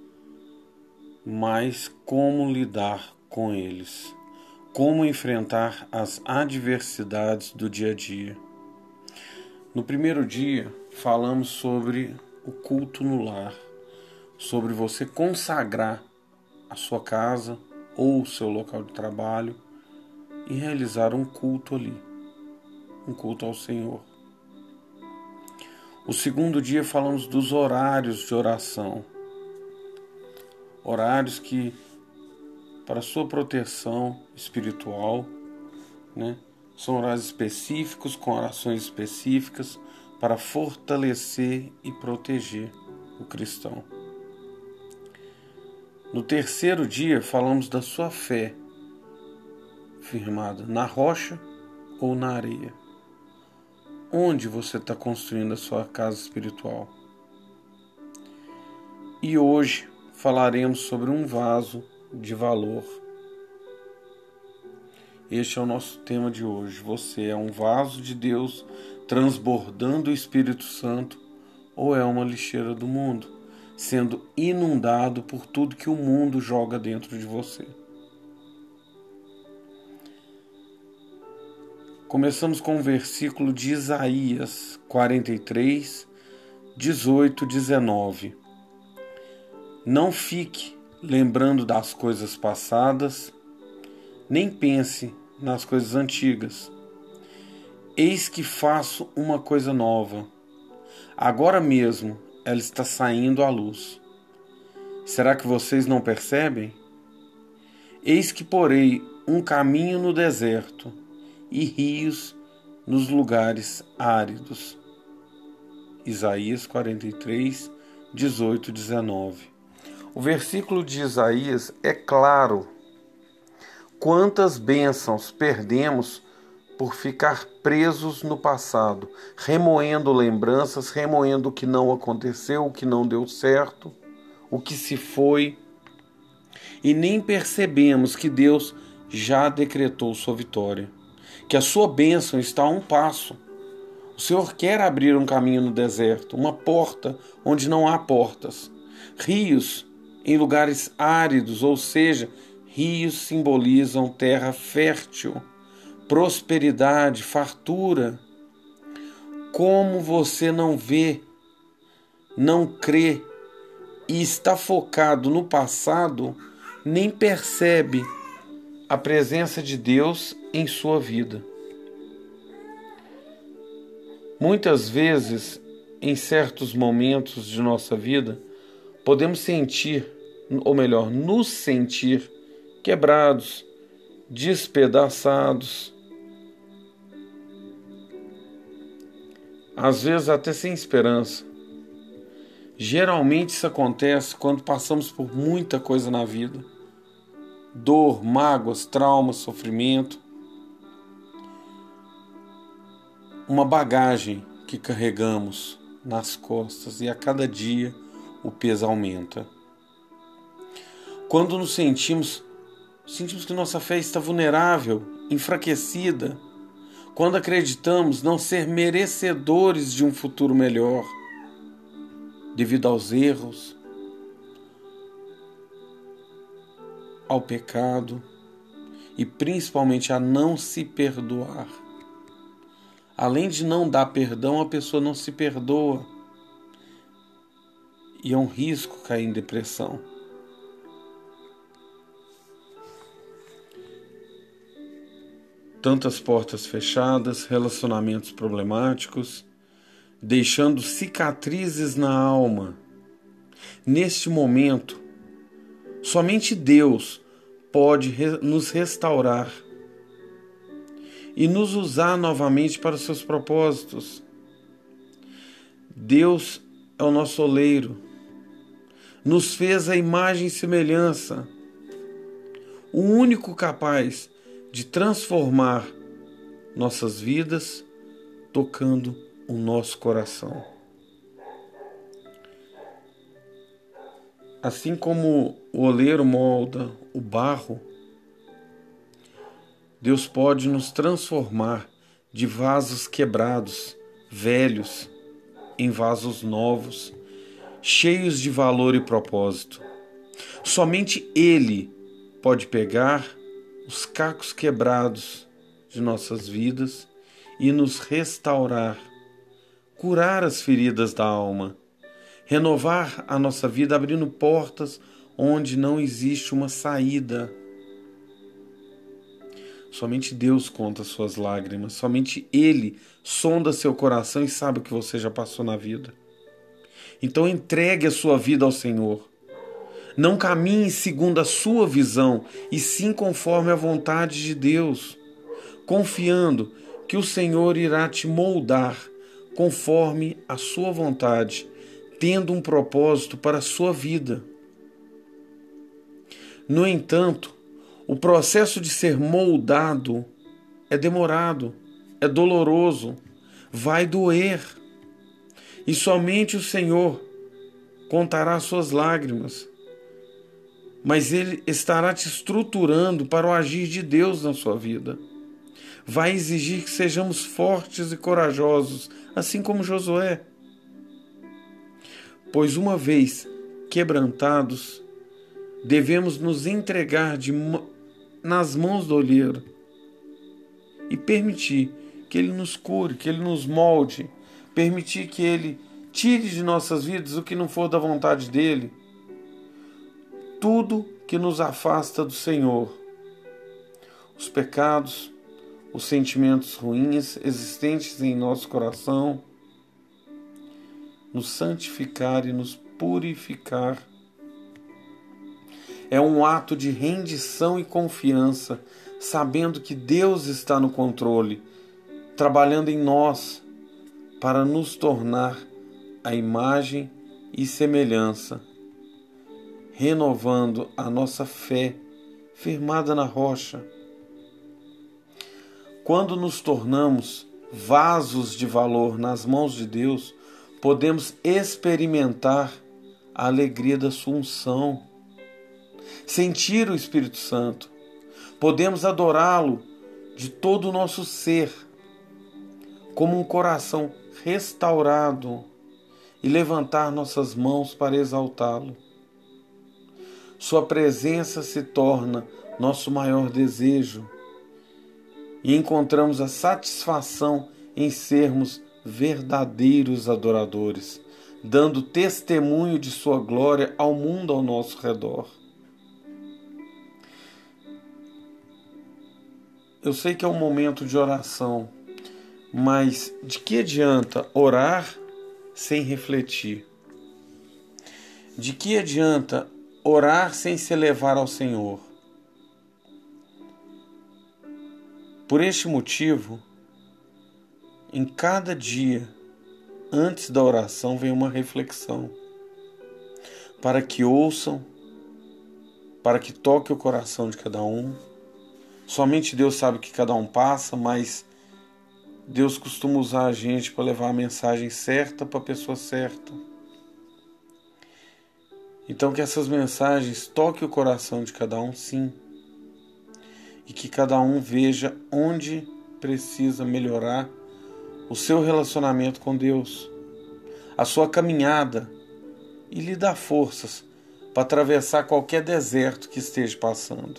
mas como lidar com eles? Como enfrentar as adversidades do dia a dia? No primeiro dia, falamos sobre o culto no lar, sobre você consagrar a sua casa ou o seu local de trabalho e realizar um culto ali, um culto ao Senhor. O segundo dia falamos dos horários de oração, horários que, para sua proteção espiritual, né, são horários específicos, com orações específicas, para fortalecer e proteger o cristão. No terceiro dia, falamos da sua fé, firmada na rocha ou na areia. Onde você está construindo a sua casa espiritual? E hoje falaremos sobre um vaso de valor. Este é o nosso tema de hoje. Você é um vaso de Deus transbordando o Espírito Santo ou é uma lixeira do mundo, sendo inundado por tudo que o mundo joga dentro de você? Começamos com o versículo de Isaías quarenta e três, dezoito, dezenove. Não fique lembrando das coisas passadas, nem pense nas coisas antigas. Eis que faço uma coisa nova. Agora mesmo ela está saindo à luz. Será que vocês não percebem? Eis que porei um caminho no deserto e rios nos lugares áridos. Isaías quarenta e três, dezoito, dezenove. O versículo de Isaías é claro. Quantas bênçãos perdemos por ficar presos no passado, remoendo lembranças, remoendo o que não aconteceu, o que não deu certo, o que se foi, e nem percebemos que Deus já decretou sua vitória, que a sua bênção está a um passo. O Senhor quer abrir um caminho no deserto, uma porta onde não há portas, rios em lugares áridos, ou seja, rios simbolizam terra fértil, prosperidade, fartura. Como você não vê, não crê e está focado no passado, nem percebe a presença de Deus em sua vida. Muitas vezes, em certos momentos de nossa vida, podemos sentir, ou melhor, nos sentir quebrados, despedaçados, às vezes até sem esperança. Geralmente isso acontece quando passamos por muita coisa na vida. Dor, mágoas, traumas, sofrimento. Uma bagagem que carregamos nas costas e a cada dia o peso aumenta. Quando nos sentimos, sentimos que nossa fé está vulnerável, enfraquecida, quando acreditamos não ser merecedores de um futuro melhor, devido aos erros, ao pecado e principalmente a não se perdoar. Além de não dar perdão, a pessoa não se perdoa e é um risco cair em depressão. Tantas portas fechadas, relacionamentos problemáticos, deixando cicatrizes na alma. Neste momento, somente Deus pode nos restaurar e nos usar novamente para os seus propósitos. Deus é o nosso oleiro, nos fez a imagem e semelhança, o único capaz de transformar nossas vidas, tocando o nosso coração. Assim como o oleiro molda o barro, Deus pode nos transformar de vasos quebrados, velhos, em vasos novos, cheios de valor e propósito. Somente Ele pode pegar os cacos quebrados de nossas vidas e nos restaurar, curar as feridas da alma, renovar a nossa vida abrindo portas onde não existe uma saída. Somente Deus conta suas lágrimas, somente Ele sonda seu coração e sabe o que você já passou na vida. Então entregue a sua vida ao Senhor. Não caminhe segundo a sua visão, e sim conforme a vontade de Deus, confiando que o Senhor irá te moldar conforme a sua vontade, tendo um propósito para a sua vida. No entanto, o processo de ser moldado é demorado, é doloroso, vai doer. E somente o Senhor contará suas lágrimas, mas Ele estará te estruturando para o agir de Deus na sua vida. Vai exigir que sejamos fortes e corajosos, assim como Josué. Pois uma vez quebrantados, devemos nos entregar de, nas mãos do olheiro e permitir que Ele nos cure, que Ele nos molde, permitir que Ele tire de nossas vidas o que não for da vontade dEle, tudo que nos afasta do Senhor, os pecados, os sentimentos ruins existentes em nosso coração, nos santificar e nos purificar. É um ato de rendição e confiança, sabendo que Deus está no controle, trabalhando em nós para nos tornar a imagem e semelhança, renovando a nossa fé firmada na rocha. Quando nos tornamos vasos de valor nas mãos de Deus, podemos experimentar a alegria da sua unção, sentir o Espírito Santo, podemos adorá-lo de todo o nosso ser, como um coração restaurado, e levantar nossas mãos para exaltá-lo. Sua presença se torna nosso maior desejo e encontramos a satisfação em sermos verdadeiros adoradores, dando testemunho de sua glória ao mundo ao nosso redor. Eu sei que é um momento de oração, mas de que adianta orar sem refletir? De que adianta orar sem se elevar ao Senhor? Por este motivo, em cada dia, antes da oração, vem uma reflexão, para que ouçam, para que toque o coração de cada um. Somente Deus sabe o que cada um passa, mas Deus costuma usar a gente para levar a mensagem certa para a pessoa certa. Então que essas mensagens toquem o coração de cada um, sim. E que cada um veja onde precisa melhorar o seu relacionamento com Deus, a sua caminhada, e lhe dá forças para atravessar qualquer deserto que esteja passando.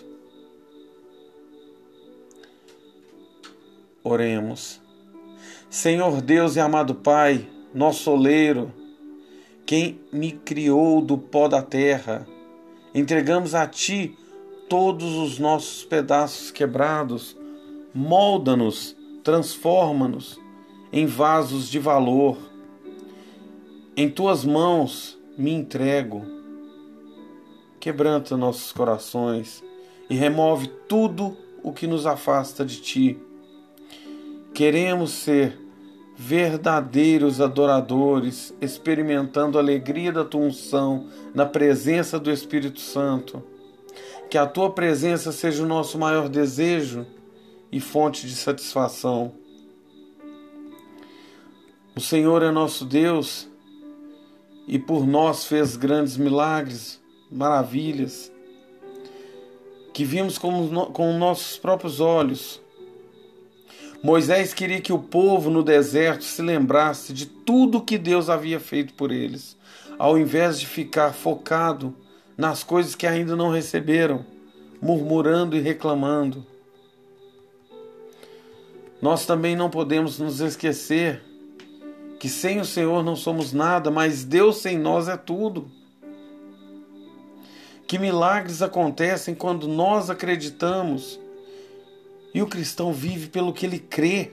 Oremos. Senhor Deus e amado Pai, nosso oleiro, quem me criou do pó da terra, entregamos a Ti todos os nossos pedaços quebrados, molda-nos, transforma-nos em vasos de valor. Em Tuas mãos me entrego. Quebranta nossos corações e remove tudo o que nos afasta de Ti. Queremos ser verdadeiros adoradores, experimentando a alegria da Tua unção na presença do Espírito Santo. Que a Tua presença seja o nosso maior desejo e fonte de satisfação. O Senhor é nosso Deus e por nós fez grandes milagres, maravilhas, que vimos com, com nossos próprios olhos. Moisés queria que o povo no deserto se lembrasse de tudo que Deus havia feito por eles, ao invés de ficar focado nas coisas que ainda não receberam, murmurando e reclamando. Nós também não podemos nos esquecer que sem o Senhor não somos nada, mas Deus sem nós é tudo. Que milagres acontecem quando nós acreditamos. E o cristão vive pelo que ele crê.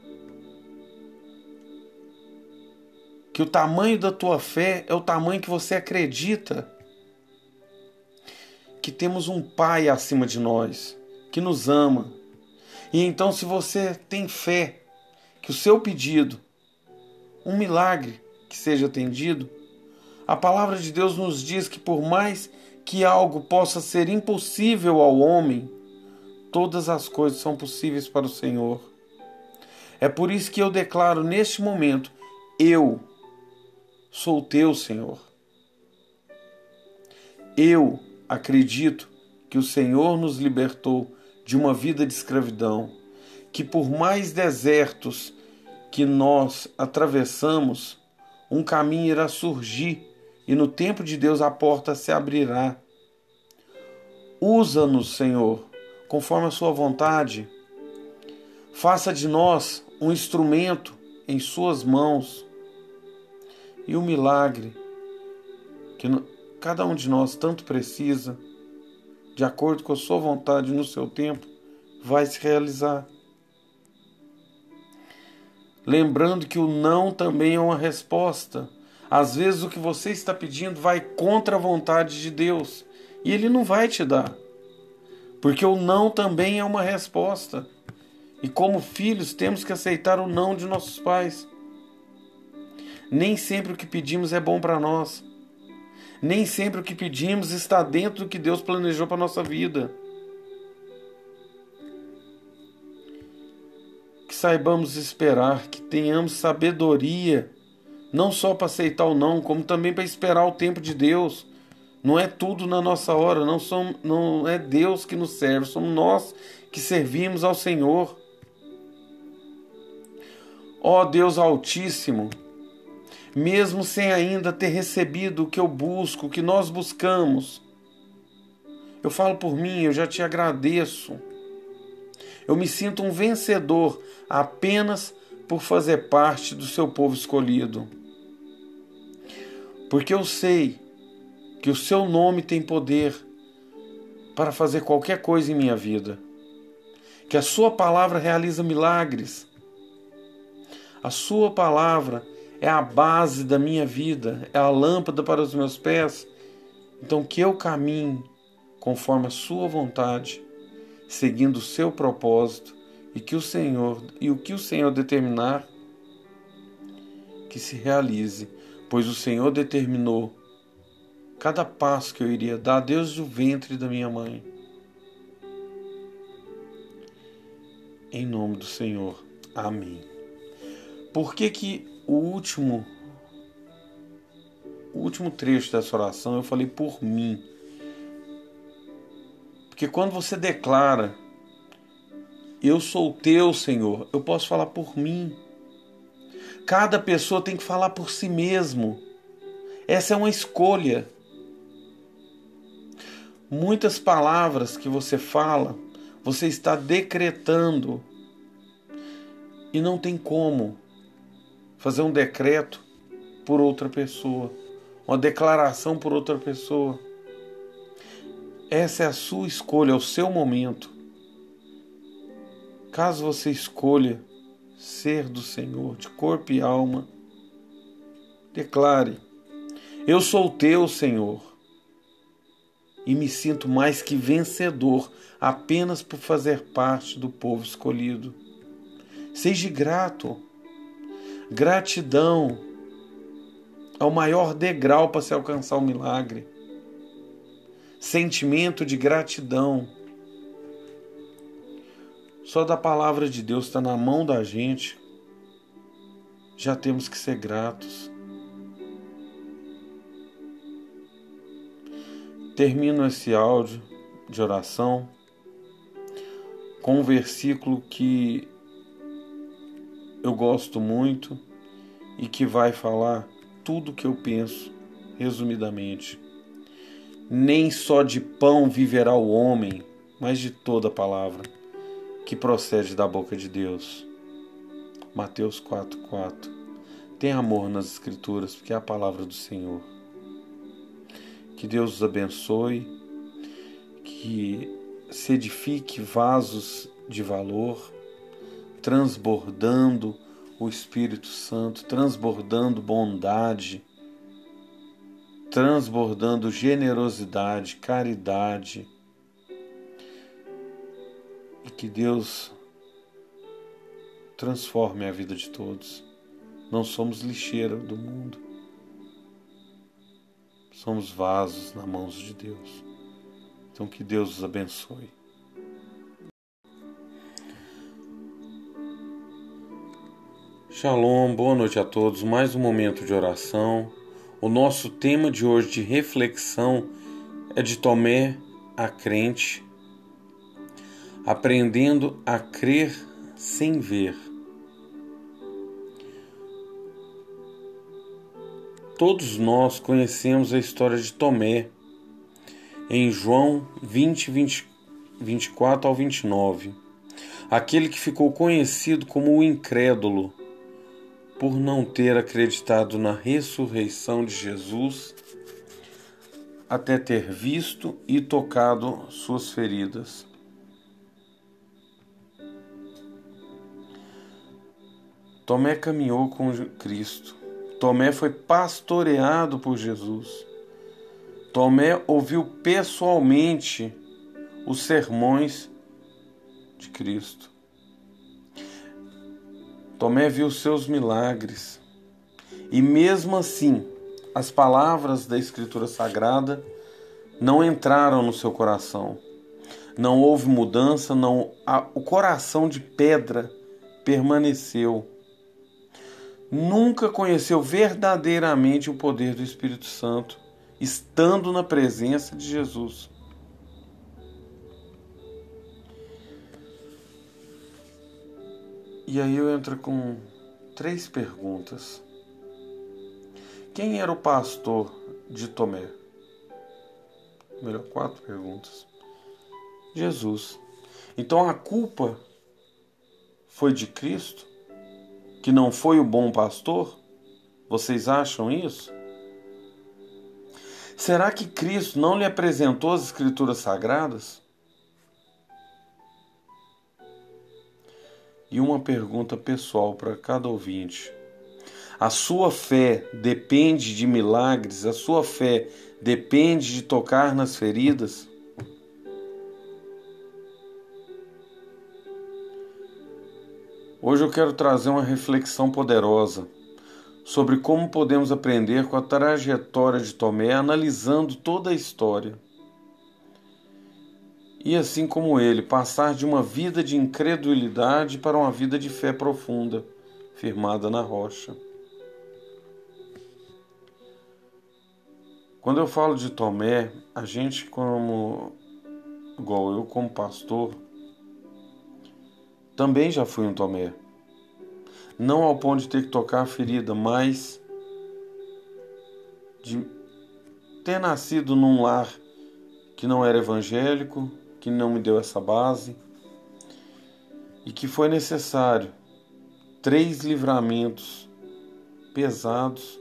Que o tamanho da tua fé é o tamanho que você acredita. Que temos um Pai acima de nós, que nos ama. E então, se você tem fé que o seu pedido, um milagre que seja atendido, a palavra de Deus nos diz que por mais que algo possa ser impossível ao homem, todas as coisas são possíveis para o Senhor. É por isso que eu declaro neste momento, eu sou teu, Senhor. Eu acredito que o Senhor nos libertou de uma vida de escravidão, que por mais desertos que nós atravessamos, um caminho irá surgir e no tempo de Deus a porta se abrirá. Usa-nos, Senhor, conforme a sua vontade. Faça de nós um instrumento em suas mãos e o milagre que cada um de nós tanto precisa, de acordo com a sua vontade no seu tempo, vai se realizar. Lembrando que o não também é uma resposta. Às vezes o que você está pedindo vai contra a vontade de Deus e Ele não vai te dar, porque o não também é uma resposta. E como filhos temos que aceitar o não de nossos pais. Nem sempre o que pedimos é bom para nós. Nem sempre o que pedimos está dentro do que Deus planejou para a nossa vida. Que saibamos esperar, que tenhamos sabedoria, não só para aceitar o não, como também para esperar o tempo de Deus. Não é tudo na nossa hora, não, somos, não é Deus que nos serve, somos nós que servimos ao Senhor. Ó Deus Altíssimo, mesmo sem ainda ter recebido o que eu busco, o que nós buscamos, eu falo por mim, eu já te agradeço. Eu me sinto um vencedor apenas por fazer parte do seu povo escolhido. Porque eu sei que o seu nome tem poder para fazer qualquer coisa em minha vida. Que a sua palavra realiza milagres. A sua palavra é a base da minha vida, é a lâmpada para os meus pés. Então que eu caminhe conforme a sua vontade, seguindo o seu propósito, e que o Senhor e o que o Senhor determinar que se realize, pois o Senhor determinou cada passo que eu iria dar desde o ventre da minha mãe. Em nome do Senhor. Amém. Por que que o último o último trecho dessa oração eu falei por mim? Porque quando você declara, eu sou teu, Senhor, eu posso falar por mim. Cada pessoa tem que falar por si mesmo. Essa é uma escolha. Muitas palavras que você fala, você está decretando. E não tem como fazer um decreto por outra pessoa, uma declaração por outra pessoa. Essa é a sua escolha, é o seu momento. Caso você escolha ser do Senhor, de corpo e alma, declare: eu sou teu, Senhor, e me sinto mais que vencedor apenas por fazer parte do povo escolhido. Seja grato. Gratidão é o maior degrau para se alcançar o milagre. Sentimento de gratidão. Só da palavra de Deus está na mão da gente, já temos que ser gratos. Termino esse áudio de oração com um versículo que eu gosto muito e que vai falar tudo o que eu penso, resumidamente. Nem só de pão viverá o homem, mas de toda palavra que procede da boca de Deus. Mateus quatro, quatro. Tenha amor nas Escrituras, porque é a palavra do Senhor. Que Deus os abençoe, que se edifique vasos de valor, transbordando o Espírito Santo, transbordando bondade, transbordando generosidade, caridade. E que Deus transforme a vida de todos. Não somos lixeira do mundo. Somos vasos nas mãos de Deus. Então que Deus os abençoe. Shalom, boa noite a todos. Mais um momento de oração. O nosso tema de hoje de reflexão é de Tomé, a crente, aprendendo a crer sem ver. Todos nós conhecemos a história de Tomé em João vinte, vinte, vinte e quatro ao vinte e nove. aquele que ficou conhecido como o incrédulo, por não ter acreditado na ressurreição de Jesus, até ter visto e tocado suas feridas. Tomé caminhou com Cristo. Tomé foi pastoreado por Jesus. Tomé ouviu pessoalmente os sermões de Cristo. Tomé viu seus milagres. E mesmo assim, as palavras da Escritura Sagrada não entraram no seu coração. Não houve mudança, não, a, o coração de pedra permaneceu. Nunca conheceu verdadeiramente o poder do Espírito Santo, estando na presença de Jesus. E aí eu entro com três perguntas. Quem era o pastor de Tomé? Melhor, quatro perguntas. Jesus. Então a culpa foi de Cristo? Que não foi o bom pastor? Vocês acham isso? Será que Cristo não lhe apresentou as Escrituras Sagradas? E uma pergunta pessoal para cada ouvinte. A sua fé depende de milagres? A sua fé depende de tocar nas feridas? Hoje eu quero trazer uma reflexão poderosa sobre como podemos aprender com a trajetória de Tomé, analisando toda a história. E assim como ele, passar de uma vida de incredulidade para uma vida de fé profunda, firmada na rocha. Quando eu falo de Tomé, a gente como, igual eu como pastor, também já fui um Tomé. Não ao ponto de ter que tocar a ferida, mas de ter nascido num lar que não era evangélico, que não me deu essa base, e que foi necessário três livramentos pesados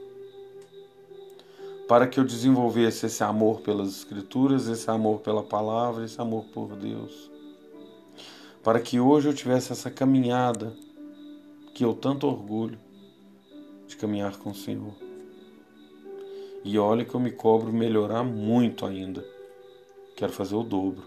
para que eu desenvolvesse esse amor pelas Escrituras, esse amor pela palavra, esse amor por Deus. Para que hoje eu tivesse essa caminhada que eu tanto orgulho de caminhar com o Senhor. E olha que eu me cobro melhorar muito ainda. Quero fazer o dobro.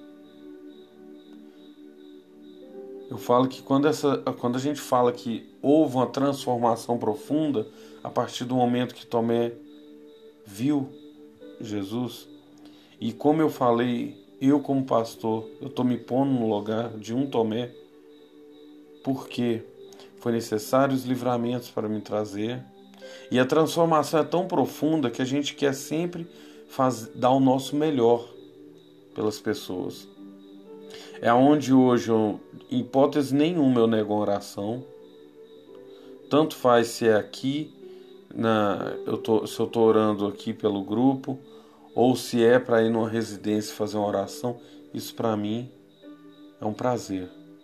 Eu falo que quando, essa, quando a gente fala que houve uma transformação profunda, a partir do momento que Tomé viu Jesus, e como eu falei, eu como pastor, eu estou me pondo no lugar de um Tomé, porque foi necessário os livramentos para me trazer, e a transformação é tão profunda que a gente quer sempre faz, dar o nosso melhor pelas pessoas. É onde hoje, eu, em hipótese nenhuma, eu nego uma oração. Tanto faz se é aqui, na, eu tô, se eu estou orando aqui pelo grupo, ou se é para ir numa residência fazer uma oração. Isso para mim é um prazer.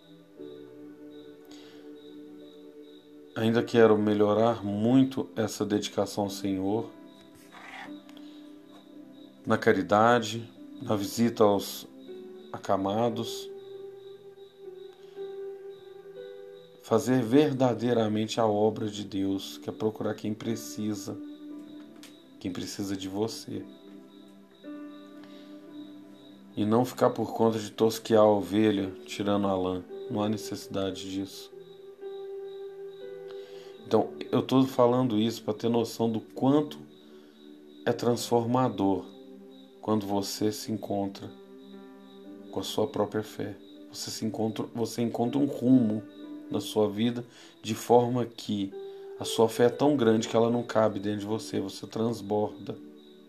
Ainda quero melhorar muito essa dedicação ao Senhor, na caridade, na visita aos acamados, fazer verdadeiramente a obra de Deus, que é procurar quem precisa, quem precisa de você. E não ficar por conta de tosquear a ovelha, tirando a lã. Não há necessidade disso. Então, eu estou falando isso para ter noção do quanto é transformador quando você se encontra com a sua própria fé. Você, se encontra, você encontra um rumo na sua vida de forma que a sua fé é tão grande que ela não cabe dentro de você, você transborda.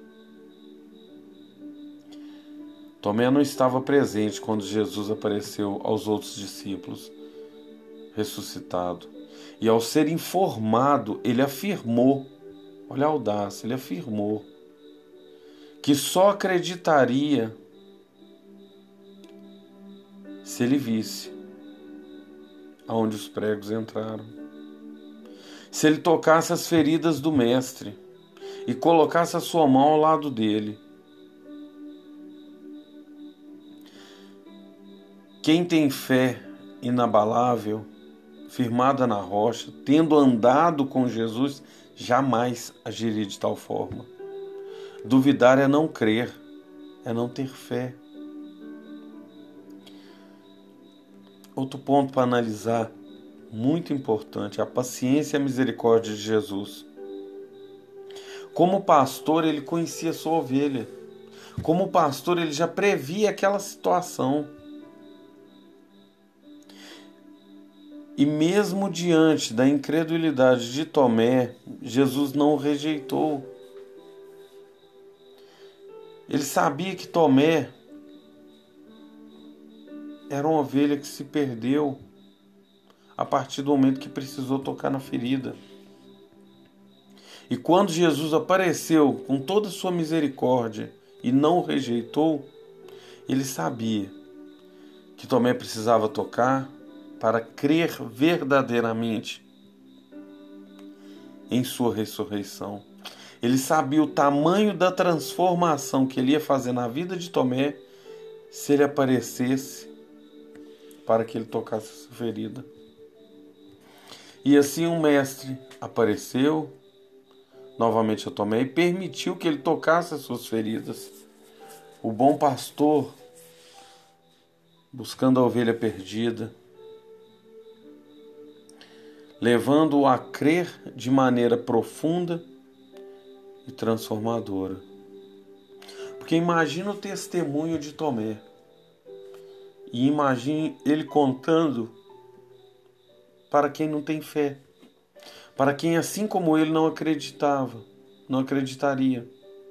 Tomé não estava presente quando Jesus apareceu aos outros discípulos ressuscitado. E ao ser informado, ele afirmou, olha a audácia, ele afirmou que só acreditaria se ele visse. aonde os pregos entraram. Se ele tocasse as feridas do mestre e colocasse a sua mão ao lado dele, quem tem fé inabalável, firmada na rocha, tendo andado com Jesus, jamais agiria de tal forma. Duvidar é não crer, é não ter fé. Outro ponto para analisar, muito importante, a paciência e a misericórdia de Jesus. Como pastor, ele conhecia a sua ovelha. Como pastor, ele já previa aquela situação. E mesmo diante da incredulidade de Tomé, Jesus não o rejeitou. Ele sabia que Tomé era uma ovelha que se perdeu a partir do momento que precisou tocar na ferida. E quando Jesus apareceu com toda a sua misericórdia e não o rejeitou, ele sabia que Tomé precisava tocar para crer verdadeiramente em sua ressurreição. Ele sabia o tamanho da transformação que ele ia fazer na vida de Tomé se ele aparecesse para que ele tocasse essa ferida. E assim o mestre apareceu novamente a Tomé e permitiu que ele tocasse as suas feridas. O bom pastor, buscando a ovelha perdida, levando-o a crer de maneira profunda e transformadora. Porque imagina o testemunho de Tomé. E imagine ele contando para quem não tem fé. Para quem, assim como ele, não acreditava, não acreditaria.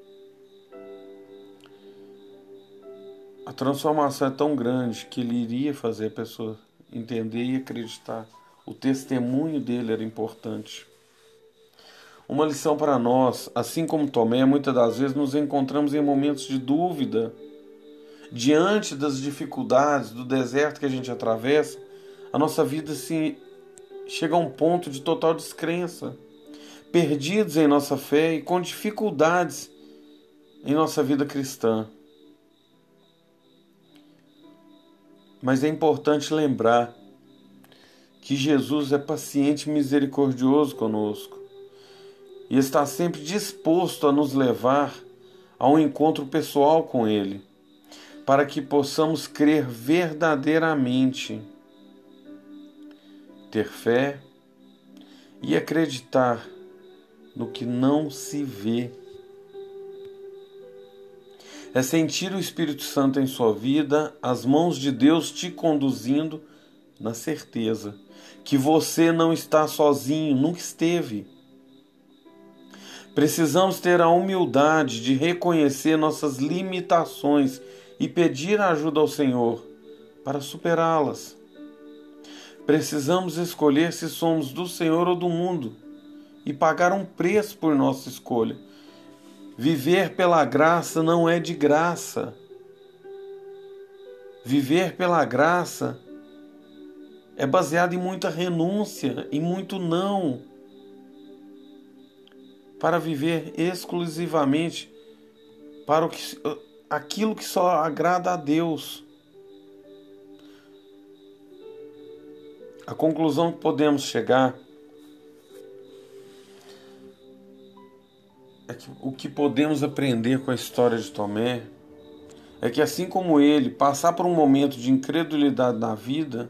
A transformação é tão grande que ele iria fazer a pessoa entender e acreditar. O testemunho dele era importante. Uma lição para nós, assim como Tomé, muitas das vezes nos encontramos em momentos de dúvida, diante das dificuldades, do deserto que a gente atravessa, a nossa vida se chega a um ponto de total descrença, perdidos em nossa fé e com dificuldades em nossa vida cristã. Mas é importante lembrar que Jesus é paciente e misericordioso conosco e está sempre disposto a nos levar a um encontro pessoal com Ele, para que possamos crer verdadeiramente, ter fé e acreditar no que não se vê. É sentir o Espírito Santo em sua vida, as mãos de Deus te conduzindo, na certeza que você não está sozinho, nunca esteve. Precisamos ter a humildade de reconhecer nossas limitações e pedir ajuda ao Senhor para superá-las. Precisamos escolher se somos do Senhor ou do mundo e pagar um preço por nossa escolha. Viver pela graça não é de graça. Viver pela graça é baseado em muita renúncia e muito não, para viver exclusivamente para o que, aquilo que só agrada a Deus. A conclusão que podemos chegar é que o que podemos aprender com a história de Tomé é que, assim como ele, passar por um momento de incredulidade na vida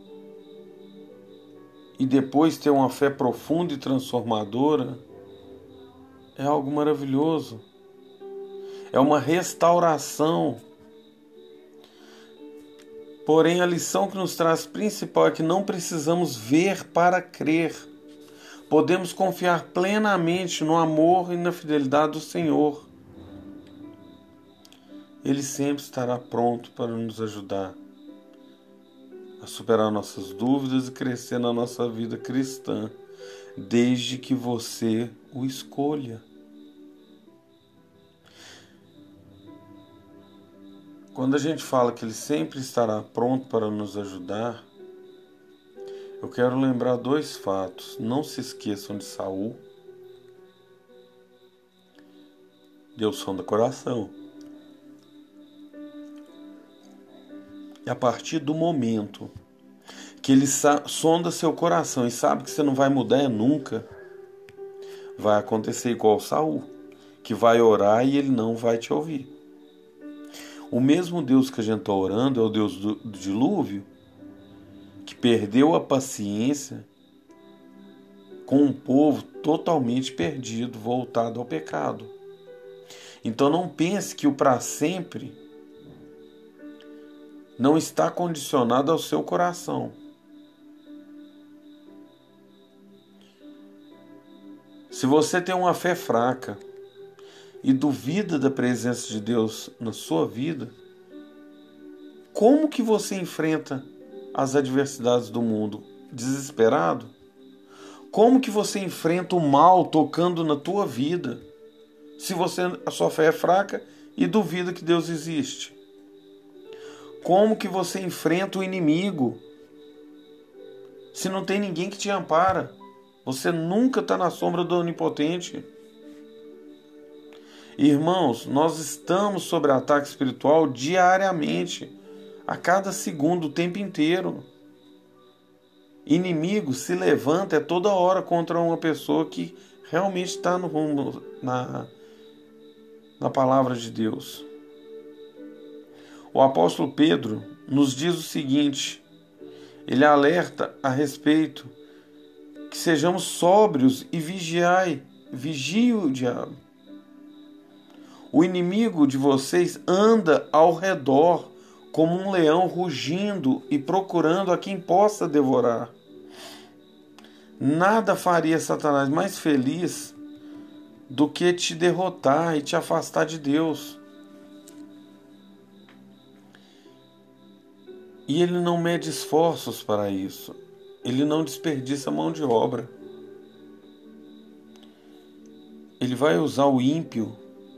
e depois ter uma fé profunda e transformadora é algo maravilhoso. É uma restauração. Porém, a lição que nos traz principal é que não precisamos ver para crer. Podemos confiar plenamente no amor e na fidelidade do Senhor. Ele sempre estará pronto para nos ajudar a superar nossas dúvidas e crescer na nossa vida cristã, desde que você o escolha. Quando a gente fala que Ele sempre estará pronto para nos ajudar, eu quero lembrar dois fatos. Não se esqueçam de Saul. Deus sonda coração. E a partir do momento que ele sonda seu coração e sabe que você não vai mudar nunca, vai acontecer igual Saul, que vai orar e ele não vai te ouvir. O mesmo Deus que a gente está orando é o Deus do, do dilúvio, que perdeu a paciência com um povo totalmente perdido, voltado ao pecado. Então não pense que o para sempre não está condicionado ao seu coração. Se você tem uma fé fraca e duvida da presença de Deus na sua vida, como que você enfrenta as adversidades do mundo? Desesperado? Como que você enfrenta o mal tocando na tua vida, se você, a sua fé é fraca e duvida que Deus existe? Como que você enfrenta o inimigo, se não tem ninguém que te ampara? Você nunca está na sombra do Onipotente. Irmãos, nós estamos sob ataque espiritual diariamente, a cada segundo, o tempo inteiro. Inimigo se levanta é toda hora contra uma pessoa que realmente está no rumo, na, na palavra de Deus. O apóstolo Pedro nos diz o seguinte, ele alerta a respeito que sejamos sóbrios e vigiai, vigie o diabo. O inimigo de vocês anda ao redor como um leão rugindo e procurando a quem possa devorar. Nada faria Satanás mais feliz do que te derrotar e te afastar de Deus. E ele não mede esforços para isso. Ele não desperdiça mão de obra. Ele vai usar o ímpio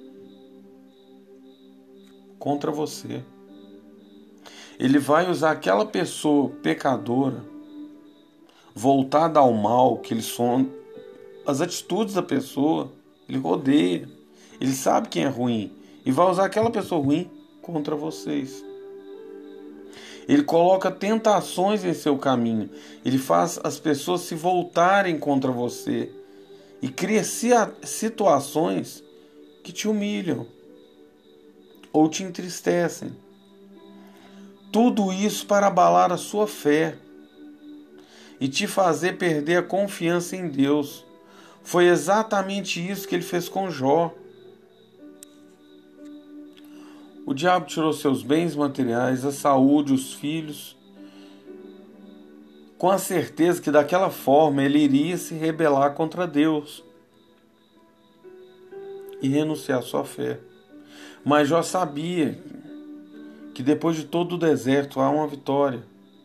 contra você. Ele vai usar aquela pessoa pecadora, voltada ao mal, que ele sonda, as atitudes da pessoa, ele rodeia. Ele sabe quem é ruim e vai usar aquela pessoa ruim contra vocês. Ele coloca tentações em seu caminho. Ele faz as pessoas se voltarem contra você e cria situações que te humilham ou te entristecem. Tudo isso para abalar a sua fé e te fazer perder a confiança em Deus. Foi exatamente isso que ele fez com Jó. O diabo tirou seus bens materiais, a saúde, os filhos, com a certeza que daquela forma ele iria se rebelar contra Deus e renunciar à sua fé. Mas Jó sabia que depois de todo o deserto há uma vitória.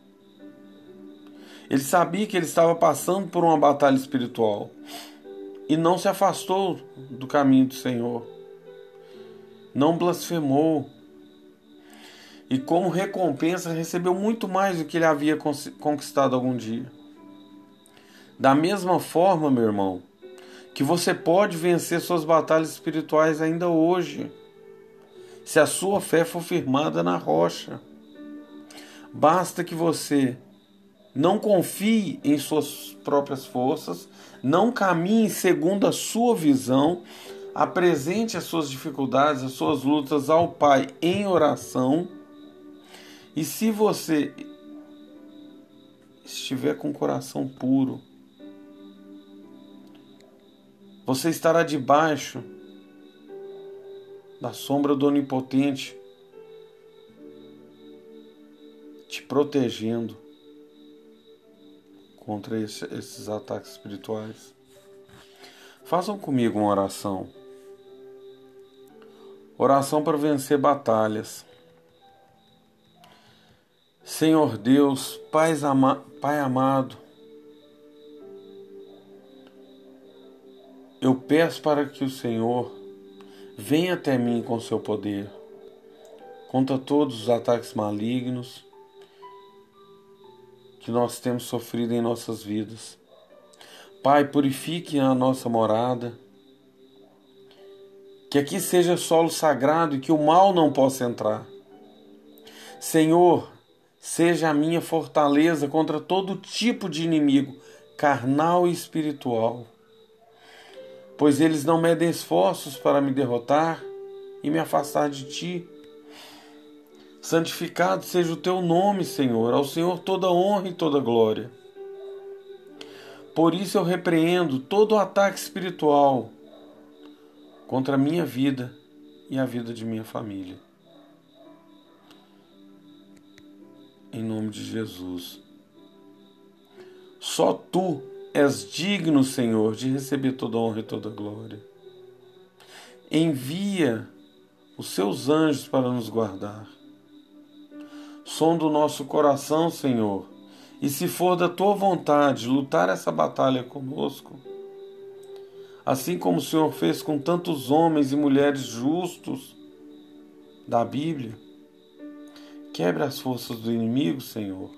Ele sabia que ele estava passando por uma batalha espiritual e não se afastou do caminho do Senhor. Não blasfemou. E como recompensa recebeu muito mais do que ele havia conquistado algum dia. Da mesma forma, meu irmão, que você pode vencer suas batalhas espirituais ainda hoje, se a sua fé for firmada na rocha. Basta que você não confie em suas próprias forças, não caminhe segundo a sua visão, apresente as suas dificuldades, as suas lutas ao Pai em oração. E se você estiver com o coração puro, você estará debaixo da sombra do Onipotente, te protegendo contra esse, esses ataques espirituais. Façam comigo uma oração. Oração para vencer batalhas. Senhor Deus, Pai, ama, Pai amado, eu peço para que o Senhor venha até mim com seu poder, contra todos os ataques malignos que nós temos sofrido em nossas vidas. Pai, purifique a nossa morada, que aqui seja solo sagrado e que o mal não possa entrar. Senhor, seja a minha fortaleza contra todo tipo de inimigo, carnal e espiritual, pois eles não medem esforços para me derrotar e me afastar de Ti. Santificado seja o Teu nome, Senhor, ao Senhor toda honra e toda glória. Por isso eu repreendo todo ataque espiritual contra a minha vida e a vida de minha família. Em nome de Jesus. Só Tu és digno, Senhor, de receber toda honra e toda glória. Envia os Seus anjos para nos guardar. Sonda o nosso coração, Senhor, e se for da Tua vontade lutar essa batalha conosco, assim como o Senhor fez com tantos homens e mulheres justos da Bíblia, quebre as forças do inimigo, Senhor.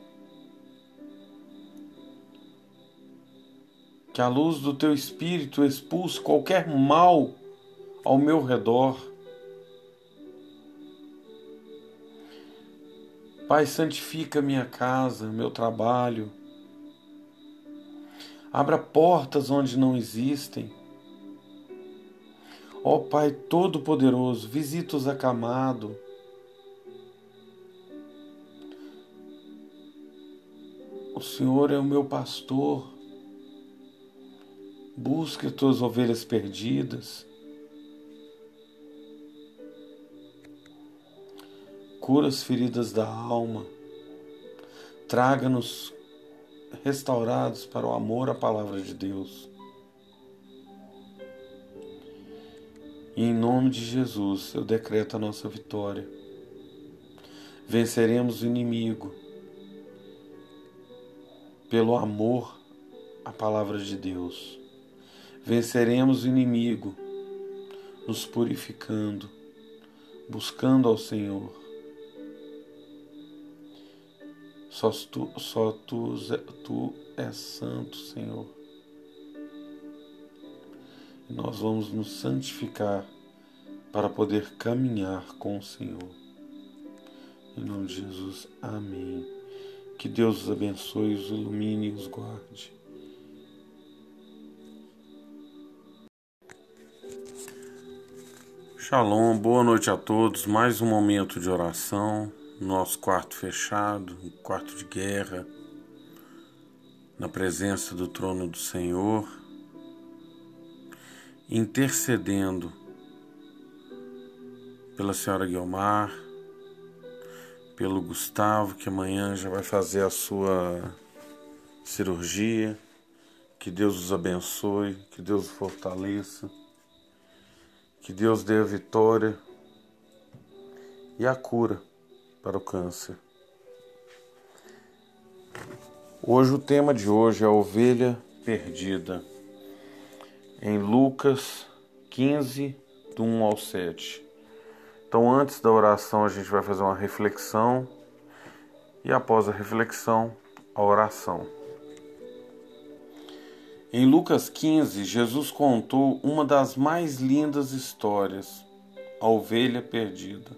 Que a luz do Teu Espírito expulse qualquer mal ao meu redor. Pai, santifica minha casa, meu trabalho. Abra portas onde não existem. Ó Pai Todo-Poderoso, visita os acamados. O Senhor é o meu pastor. Busque as tuas ovelhas perdidas. Cura as feridas da alma. Traga-nos restaurados para o amor à palavra de Deus. E em nome de Jesus eu decreto a nossa vitória. Venceremos o inimigo pelo amor à palavra de Deus. Venceremos o inimigo nos purificando, buscando ao Senhor. Só tu, só tu, tu és santo, Senhor. E nós vamos nos santificar para poder caminhar com o Senhor. Em nome de Jesus, amém. Que Deus os abençoe, os ilumine e os guarde. Shalom, boa noite a todos. Mais um momento de oração. Nosso quarto fechado, um quarto de guerra, na presença do trono do Senhor, intercedendo pela senhora Guiomar, pelo Gustavo, que amanhã já vai fazer a sua cirurgia. Que Deus os abençoe, que Deus os fortaleça, que Deus dê a vitória e a cura para o câncer. Hoje o tema de hoje é a ovelha perdida, em Lucas quinze, do um ao sete. Então, antes da oração, a gente vai fazer uma reflexão e após a reflexão, a oração. Em Lucas quinze, Jesus contou uma das mais lindas histórias, a ovelha perdida.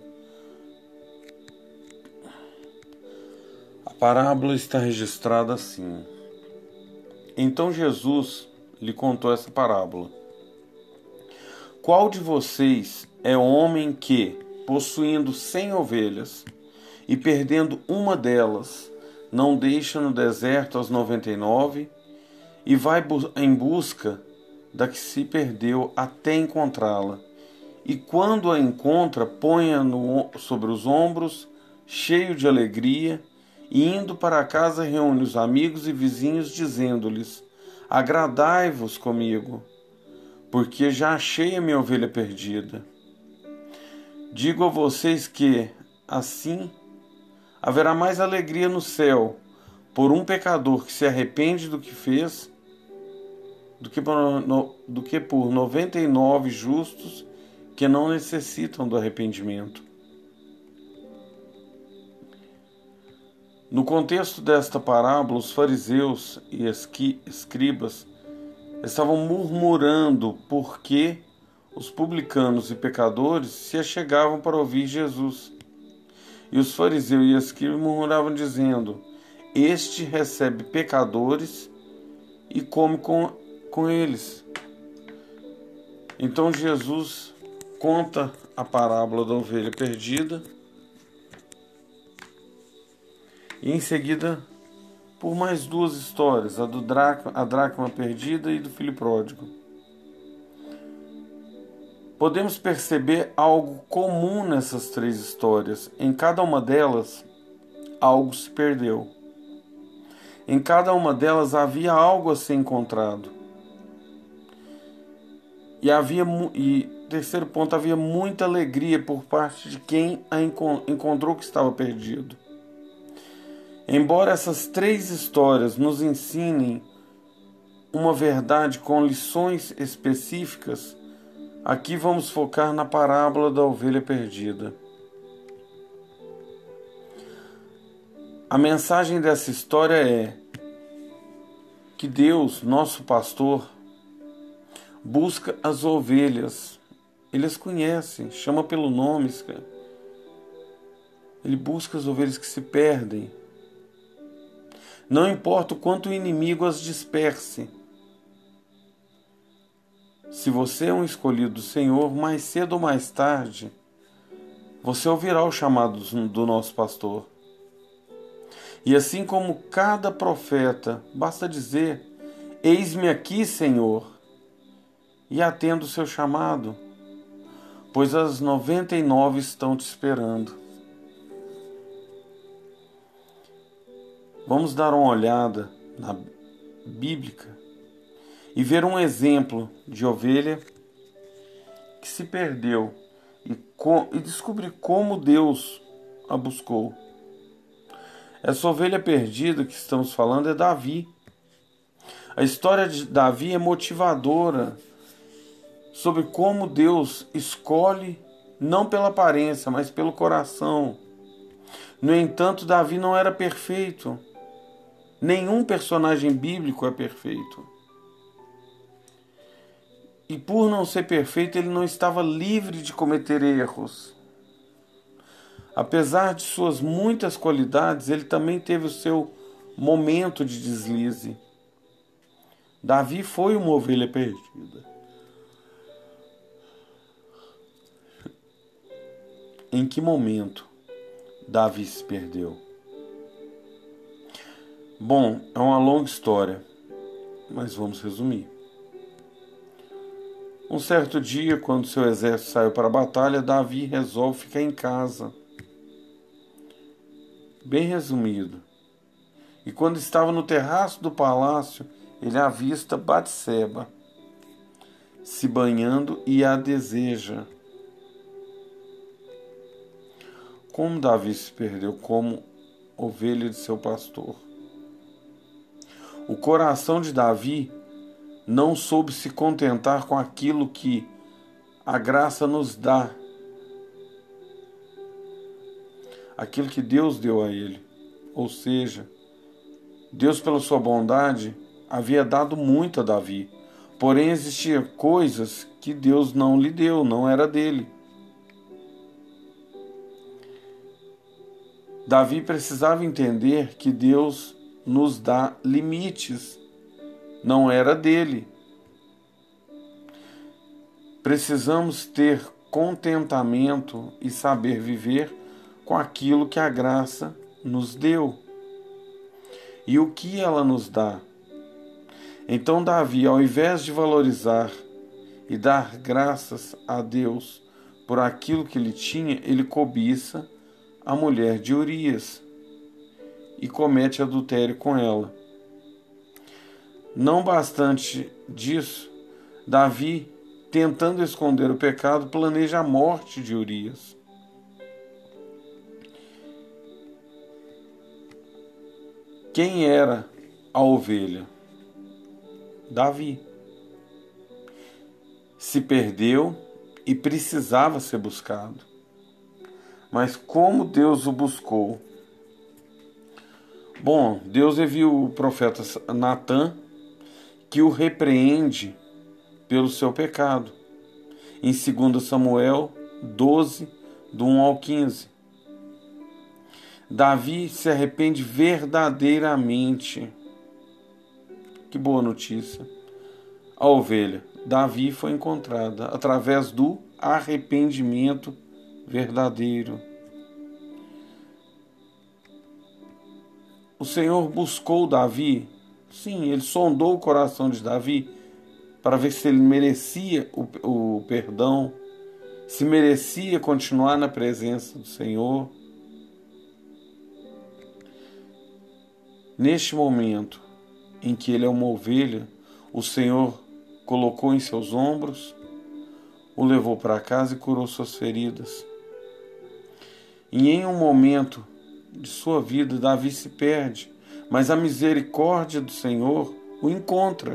A parábola está registrada assim. Então Jesus lhe contou essa parábola. Qual de vocês é homem que, possuindo cem ovelhas e perdendo uma delas, não deixa no deserto as noventa e nove e vai em busca da que se perdeu até encontrá-la? E quando a encontra, põe-a sobre os ombros, cheio de alegria, e indo para casa reúne os amigos e vizinhos, dizendo-lhes: agradai-vos comigo, porque já achei a minha ovelha perdida. Digo a vocês que, assim, haverá mais alegria no céu por um pecador que se arrepende do que fez, do que por, no, do que por noventa e nove justos que não necessitam do arrependimento. No contexto desta parábola, os fariseus e escribas estavam murmurando porque os publicanos e pecadores se achegavam para ouvir Jesus. E os fariseus e escribas murmuravam dizendo: este recebe pecadores e come com, com eles. Então Jesus conta a parábola da ovelha perdida e em seguida por mais duas histórias, a do dracma, a dracma perdida e do filho pródigo. Podemos perceber algo comum nessas três histórias. Em cada uma delas, algo se perdeu. Em cada uma delas havia algo a ser encontrado. E havia, e terceiro ponto, havia muita alegria por parte de quem a encontrou que estava perdido. Embora essas três histórias nos ensinem uma verdade com lições específicas, aqui vamos focar na parábola da ovelha perdida. A mensagem dessa história é que Deus, nosso pastor, busca as ovelhas. Ele as conhece, chama pelo nome. Ele busca as ovelhas que se perdem. Não importa o quanto o inimigo as disperse. Se você é um escolhido do Senhor, mais cedo ou mais tarde, você ouvirá o chamado do nosso pastor. E assim como cada profeta, basta dizer: eis-me aqui, Senhor, e atenda o seu chamado, pois as noventa e nove estão te esperando. Vamos dar uma olhada na bíblica e ver um exemplo de ovelha que se perdeu e, com, e descobrir como Deus a buscou. Essa ovelha perdida que estamos falando é Davi. A história de Davi é motivadora sobre como Deus escolhe não pela aparência, mas pelo coração. No entanto, Davi não era perfeito. Nenhum personagem bíblico é perfeito. E por não ser perfeito, ele não estava livre de cometer erros. Apesar de suas muitas qualidades, ele também teve o seu momento de deslize. Davi foi uma ovelha perdida. Em que momento Davi se perdeu? Bom, é uma longa história, mas vamos resumir. Um certo dia, quando seu exército saiu para a batalha, Davi resolve ficar em casa. Bem resumido. E quando estava no terraço do palácio, ele avista Batseba se banhando e a deseja. Como Davi se perdeu como ovelha de seu pastor. O coração de Davi não soube se contentar com aquilo que a graça nos dá, aquilo que Deus deu a ele. Ou seja, Deus, pela sua bondade, havia dado muito a Davi, porém existiam coisas que Deus não lhe deu, não era dele. Davi precisava entender que Deus nos dá limites, não era dele. Precisamos ter contentamento e saber viver com aquilo que a graça nos deu. E o que ela nos dá? Então Davi, ao invés de valorizar e dar graças a Deus por aquilo que ele tinha, ele cobiça a mulher de Urias e comete adultério com ela. Não bastante disso, Davi, tentando esconder o pecado, planeja a morte de Urias. Quem era a ovelha? Davi. Se perdeu e precisava ser buscado. Mas como Deus o buscou? Bom, Deus envia o profeta Natã, que o repreende pelo seu pecado. Em dois Samuel doze, do um ao quinze. Davi se arrepende verdadeiramente. Que boa notícia. A ovelha Davi foi encontrada através do arrependimento verdadeiro. O Senhor buscou Davi. Sim, ele sondou o coração de Davi para ver se ele merecia o, o perdão, se merecia continuar na presença do Senhor. Neste momento em que ele é uma ovelha, o Senhor colocou em seus ombros, o levou para casa e curou suas feridas. E em um momento de sua vida, Davi se perde, mas a misericórdia do Senhor o encontra.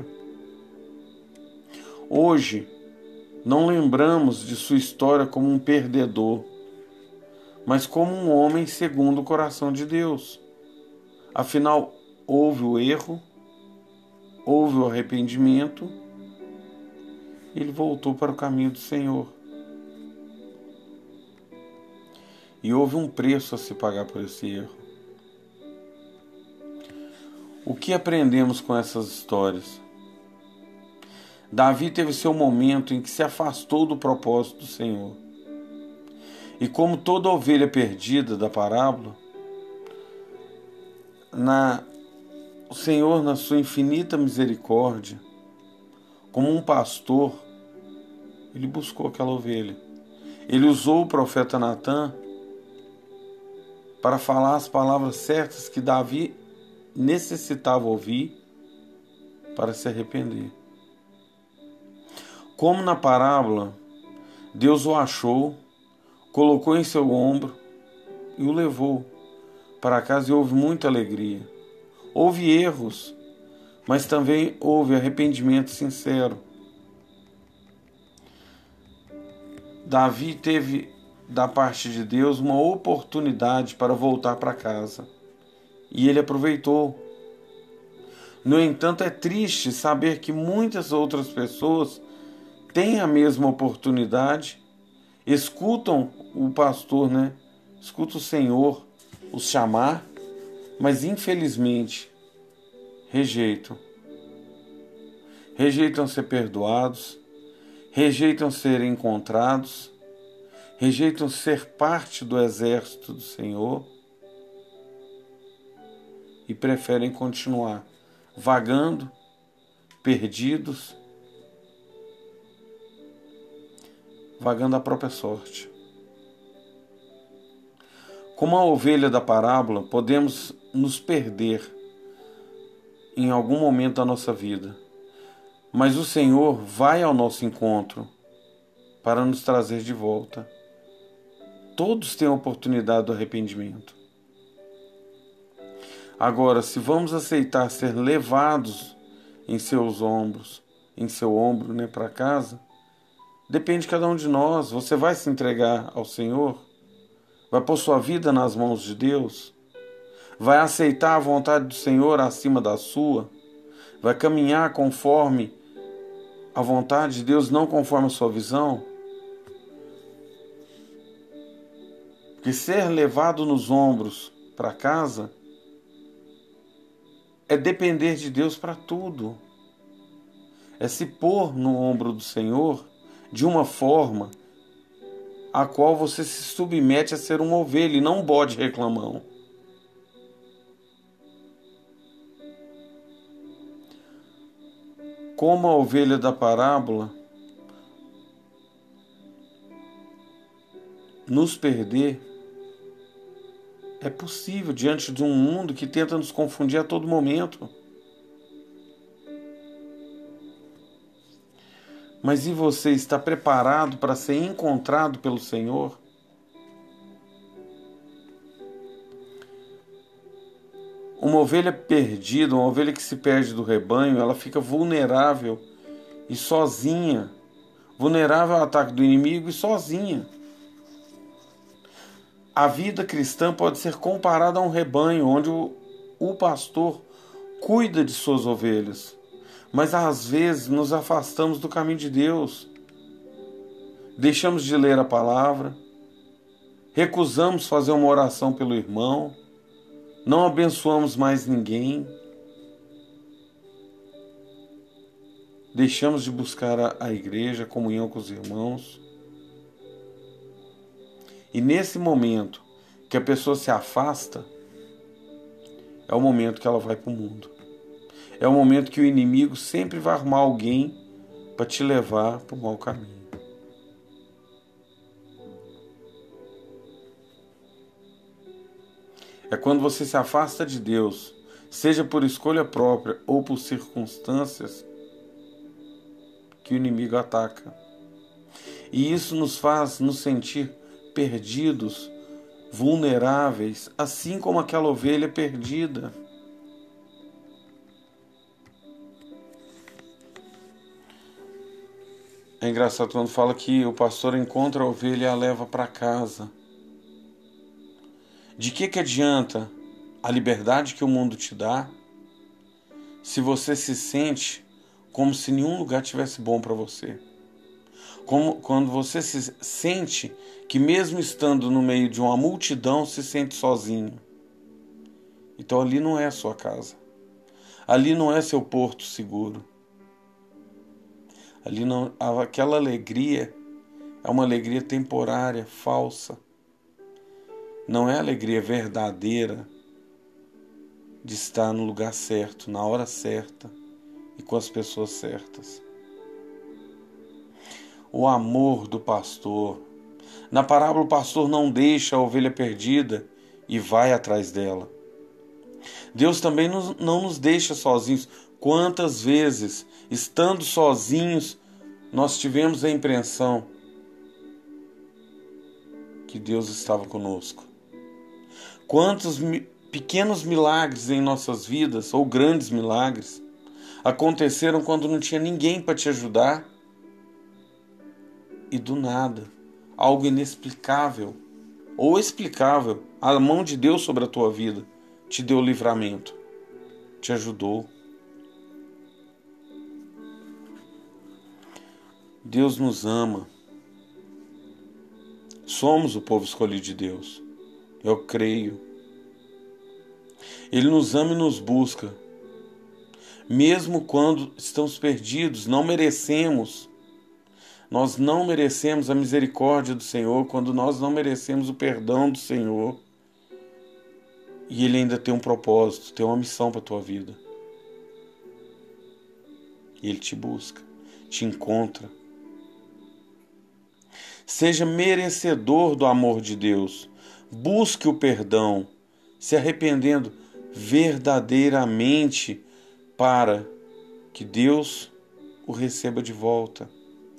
Hoje, não lembramos de sua história como um perdedor, mas como um homem segundo o coração de Deus. Afinal, houve o erro, houve o arrependimento, ele voltou para o caminho do Senhor. E houve um preço a se pagar por esse erro. O que aprendemos com essas histórias? Davi teve seu momento em que se afastou do propósito do Senhor. E como toda ovelha perdida da parábola, na, o Senhor, na sua infinita misericórdia, como um pastor, ele buscou aquela ovelha. Ele usou o profeta Natã para falar as palavras certas que Davi necessitava ouvir para se arrepender. Como na parábola, Deus o achou, colocou em seu ombro e o levou para casa, e houve muita alegria. Houve erros, mas também houve arrependimento sincero. Davi teve da parte de Deus uma oportunidade para voltar para casa, e ele aproveitou. No entanto, é triste saber que muitas outras pessoas têm a mesma oportunidade, escutam o pastor, né? Escuta o Senhor os chamar, mas infelizmente rejeitam. Rejeitam ser perdoados, rejeitam ser encontrados, rejeitam ser parte do exército do Senhor e preferem continuar vagando, perdidos, vagando à própria sorte. Como a ovelha da parábola, podemos nos perder em algum momento da nossa vida, mas o Senhor vai ao nosso encontro para nos trazer de volta. Todos têm a oportunidade do arrependimento. Agora, se vamos aceitar ser levados em seus ombros, em seu ombro, né, para casa, depende de cada um de nós. Você vai se entregar ao Senhor? Vai pôr sua vida nas mãos de Deus? Vai aceitar a vontade do Senhor acima da sua? Vai caminhar conforme a vontade de Deus, não conforme a sua visão? Porque ser levado nos ombros para casa é depender de Deus para tudo. É se pôr no ombro do Senhor de uma forma a qual você se submete a ser uma ovelha e não um bode reclamão. Como a ovelha da parábola, nos perder é possível diante de um mundo que tenta nos confundir a todo momento. Mas e você está preparado para ser encontrado pelo Senhor? Uma ovelha perdida, uma ovelha que se perde do rebanho, ela fica vulnerável e sozinha. Vulnerável ao ataque do inimigo e sozinha. A vida cristã pode ser comparada a um rebanho onde o, o pastor cuida de suas ovelhas, mas às vezes nos afastamos do caminho de Deus, deixamos de ler a palavra, recusamos fazer uma oração pelo irmão, não abençoamos mais ninguém, deixamos de buscar a, a igreja, a comunhão com os irmãos. E nesse momento que a pessoa se afasta, é o momento que ela vai para o mundo. É o momento que o inimigo sempre vai arrumar alguém para te levar para o mau caminho. É quando você se afasta de Deus, seja por escolha própria ou por circunstâncias, que o inimigo ataca. E isso nos faz nos sentir perdidos, vulneráveis, assim como aquela ovelha perdida. É engraçado quando fala que o pastor encontra a ovelha e a leva para casa. De que que adianta a liberdade que o mundo te dá se você se sente como se nenhum lugar tivesse bom para você? Como quando você se sente que mesmo estando no meio de uma multidão se sente sozinho. Então ali não é a sua casa. Ali não é seu porto seguro. Ali não, aquela alegria é uma alegria temporária, falsa. Não é a alegria verdadeira de estar no lugar certo, na hora certa e com as pessoas certas. O amor do pastor. Na parábola, o pastor não deixa a ovelha perdida e vai atrás dela. Deus também não nos deixa sozinhos. Quantas vezes, estando sozinhos, nós tivemos a impressão que Deus estava conosco? Quantos pequenos milagres em nossas vidas, ou grandes milagres, aconteceram quando não tinha ninguém para te ajudar? E do nada, algo inexplicável ou explicável, a mão de Deus sobre a tua vida te deu livramento, te ajudou. Deus nos ama. Somos o povo escolhido de Deus. Eu creio. Ele nos ama e nos busca. Mesmo quando estamos perdidos, não merecemos. Nós não merecemos a misericórdia do Senhor, quando nós não merecemos o perdão do Senhor. E Ele ainda tem um propósito, tem uma missão para a tua vida. E Ele te busca, te encontra. Seja merecedor do amor de Deus. Busque o perdão, se arrependendo verdadeiramente para que Deus o receba de volta.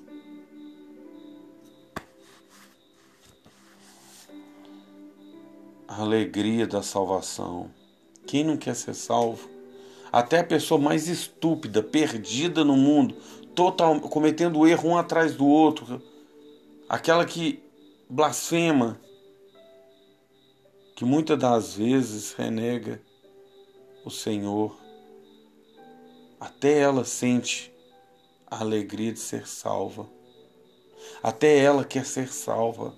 A alegria da salvação. Quem não quer ser salvo? Até a pessoa mais estúpida, perdida no mundo, total, cometendo erro um atrás do outro, aquela que blasfema, que muitas das vezes renega o Senhor, até ela sente a alegria de ser salva. Até ela quer ser salva.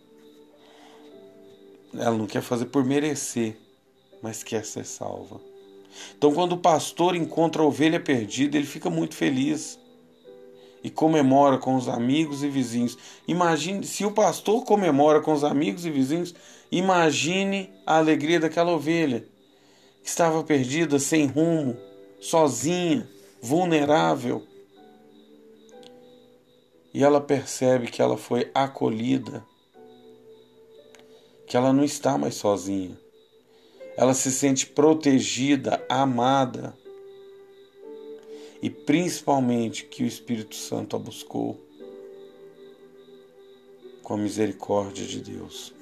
Ela não quer fazer por merecer, mas quer ser salva. Então, quando o pastor encontra a ovelha perdida, ele fica muito feliz e comemora com os amigos e vizinhos. Imagine, se o pastor comemora com os amigos e vizinhos, imagine a alegria daquela ovelha que estava perdida, sem rumo, sozinha, vulnerável. E ela percebe que ela foi acolhida, que ela não está mais sozinha. Ela se sente protegida, amada. E principalmente que o Espírito Santo a buscou com a misericórdia de Deus.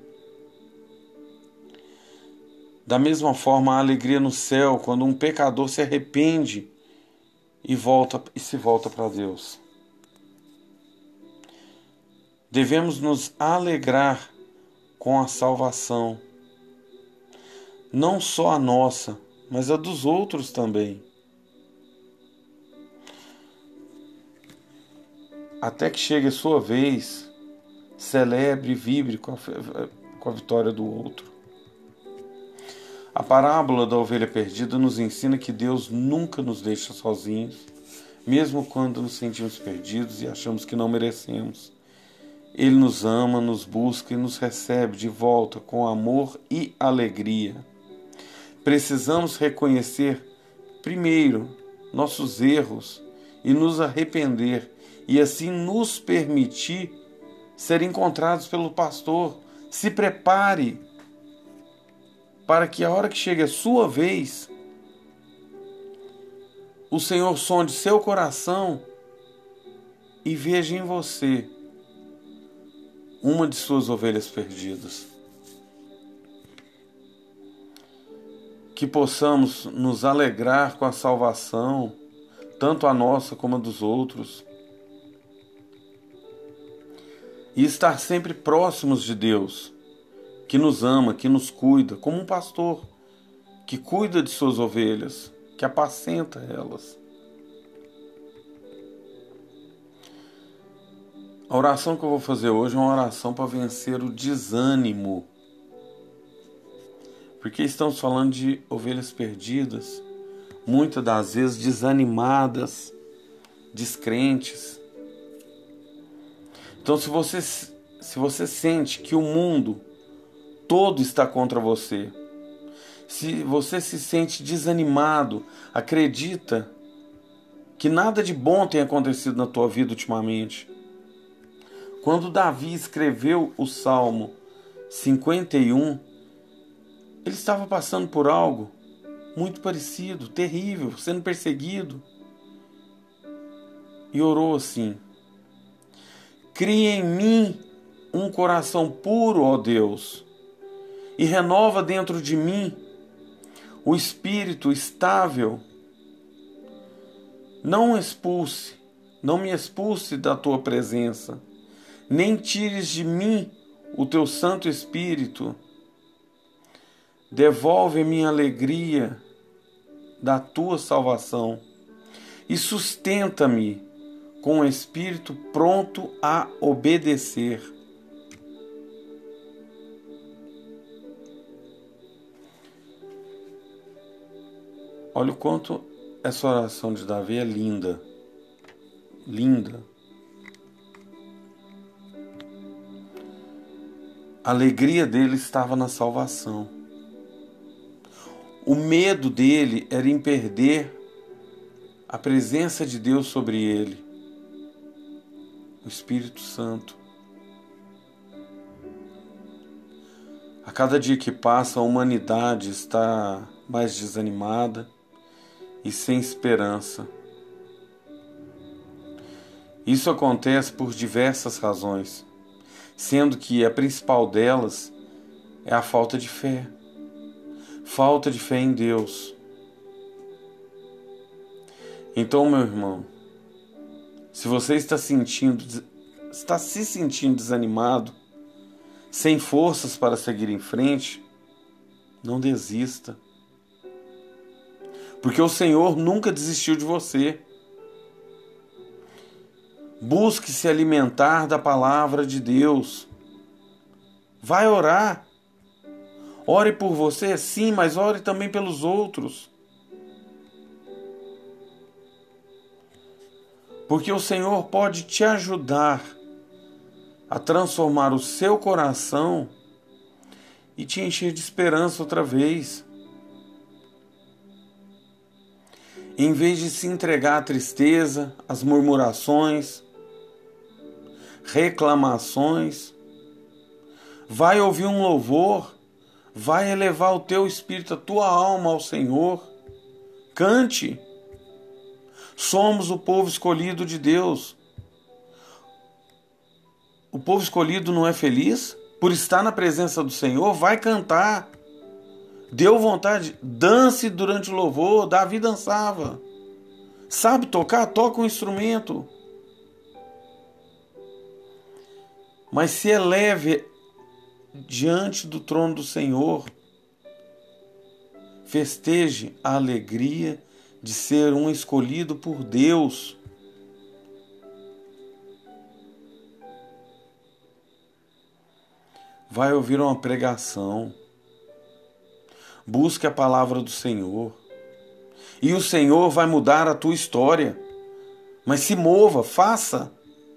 Da mesma forma, a alegria no céu quando um pecador se arrepende e volta e se volta para Deus. Devemos nos alegrar com a salvação, não só a nossa, mas a dos outros também. Até que chegue a sua vez, celebre e vibre com a, com a vitória do outro. A parábola da ovelha perdida nos ensina que Deus nunca nos deixa sozinhos, mesmo quando nos sentimos perdidos e achamos que não merecemos. Ele nos ama, nos busca e nos recebe de volta com amor e alegria. Precisamos reconhecer, primeiro, nossos erros e nos arrepender, e assim nos permitir ser encontrados pelo pastor. Se prepare para que a hora que chegue a sua vez, o Senhor sonde seu coração e veja em você uma de suas ovelhas perdidas. Que possamos nos alegrar com a salvação, tanto a nossa como a dos outros, e estar sempre próximos de Deus, que nos ama, que nos cuida, como um pastor que cuida de suas ovelhas, que apacenta elas. A oração que eu vou fazer hoje é uma oração para vencer o desânimo. Porque estamos falando de ovelhas perdidas, muitas das vezes desanimadas, descrentes. Então, se você, se você sente que o mundo todo está contra você, se você se sente desanimado, acredita que nada de bom tem acontecido na tua vida ultimamente. Quando Davi escreveu o Salmo cinquenta e um, ele estava passando por algo muito parecido, terrível, sendo perseguido. E orou assim: cria em mim um coração puro, ó Deus, e renova dentro de mim o espírito estável. Não expulse, não me expulse da tua presença, nem tires de mim o teu Santo Espírito. Devolve a minha alegria da tua salvação e sustenta-me com o espírito pronto a obedecer. Olha o quanto essa oração de Davi é linda. Linda. A alegria dele estava na salvação. O medo dele era em perder a presença de Deus sobre ele, o Espírito Santo. A cada dia que passa, a humanidade está mais desanimada e sem esperança. Isso acontece por diversas razões, sendo que a principal delas é a falta de fé. Falta de fé em Deus. Então, meu irmão, se você está sentindo, está se sentindo desanimado, sem forças para seguir em frente, não desista. Porque o Senhor nunca desistiu de você. Busque se alimentar da palavra de Deus. Vai orar. Ore por você, sim, mas ore também pelos outros. Porque o Senhor pode te ajudar a transformar o seu coração e te encher de esperança outra vez. Em vez de se entregar à tristeza, às murmurações, reclamações, vai ouvir um louvor, vai elevar o teu espírito, a tua alma ao Senhor. Cante. Somos o povo escolhido de Deus. O povo escolhido não é feliz por estar na presença do Senhor? Vai cantar. Deu vontade, dance durante o louvor. Davi dançava. Sabe tocar? Toca um instrumento. Mas se eleve diante do trono do Senhor. Festeje a alegria de ser um escolhido por Deus. Vai ouvir uma pregação. Busque a palavra do Senhor. E o Senhor vai mudar a tua história. Mas se mova, faça.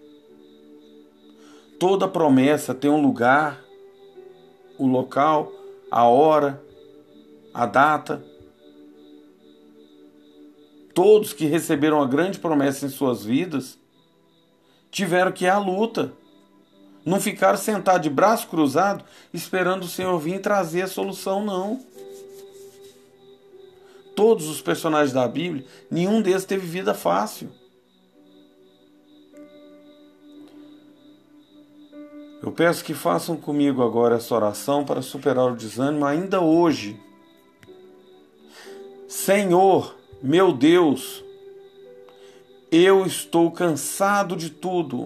Toda promessa tem um lugar, o local, a hora, a data. Todos que receberam a grande promessa em suas vidas tiveram que ir à luta. Não ficaram sentados de braço cruzado esperando o Senhor vir trazer a solução, não. Todos os personagens da Bíblia, nenhum deles teve vida fácil. Eu peço que façam comigo agora essa oração para superar o desânimo ainda hoje. Senhor, meu Deus, eu estou cansado de tudo.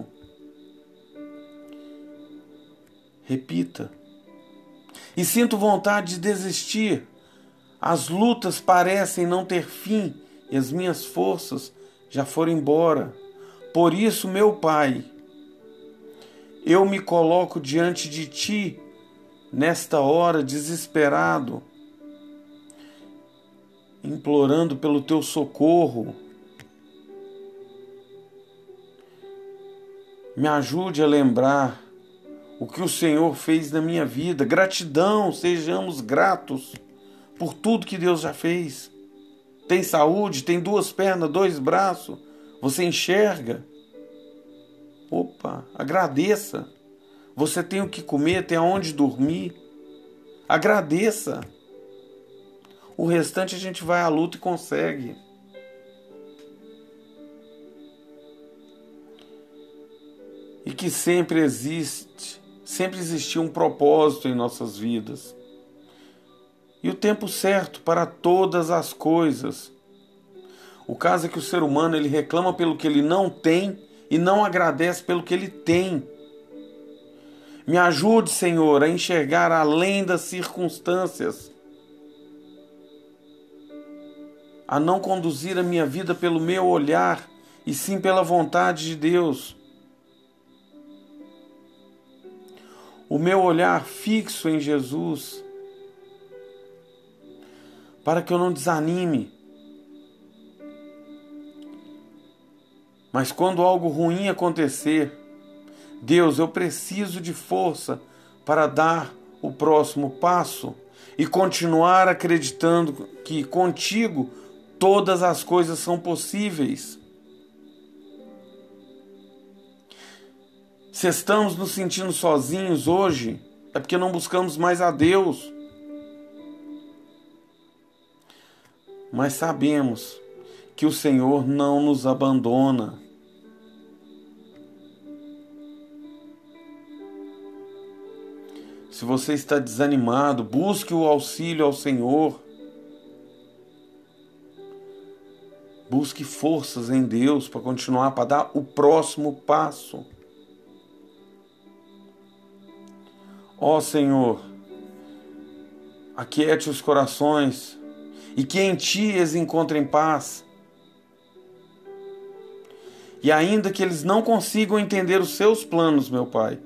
Repita. E sinto vontade de desistir. As lutas parecem não ter fim e as minhas forças já foram embora. Por isso, meu Pai, eu me coloco diante de Ti nesta hora desesperado, implorando pelo Teu socorro. Me ajude a lembrar o que o Senhor fez na minha vida. Gratidão, sejamos gratos por tudo que Deus já fez. Tem saúde, tem duas pernas, dois braços, você enxerga. Opa, agradeça. Você tem o que comer, tem aonde dormir. Agradeça. O restante a gente vai à luta e consegue. E que sempre existe, sempre existiu um propósito em nossas vidas. E o tempo certo para todas as coisas. O caso é que o ser humano ele reclama pelo que ele não tem e não agradece pelo que ele tem. Me ajude, Senhor, a enxergar além das circunstâncias, a não conduzir a minha vida pelo meu olhar, e sim pela vontade de Deus. O meu olhar fixo em Jesus, para que eu não desanime. Mas quando algo ruim acontecer, Deus, eu preciso de força para dar o próximo passo e continuar acreditando que contigo todas as coisas são possíveis. Se estamos nos sentindo sozinhos hoje, é porque não buscamos mais a Deus. Mas sabemos que o Senhor não nos abandona. Se você está desanimado, busque o auxílio ao Senhor. Busque forças em Deus para continuar, para dar o próximo passo. Ó Senhor, aquiete os corações e que em Ti eles encontrem paz. E ainda que eles não consigam entender os Seus planos, meu Pai,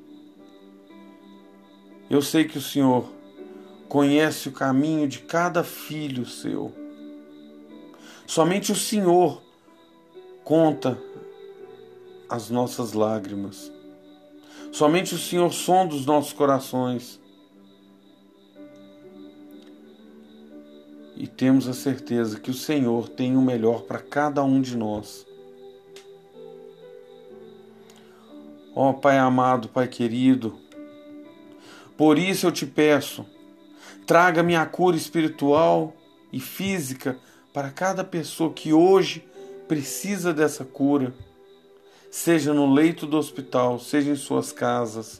eu sei que o Senhor conhece o caminho de cada filho Seu. Somente o Senhor conta as nossas lágrimas. Somente o Senhor sonda os nossos corações. E temos a certeza que o Senhor tem o melhor para cada um de nós. Ó Pai amado, Pai querido, por isso eu te peço, traga-me a cura espiritual e física para cada pessoa que hoje precisa dessa cura, seja no leito do hospital, seja em suas casas.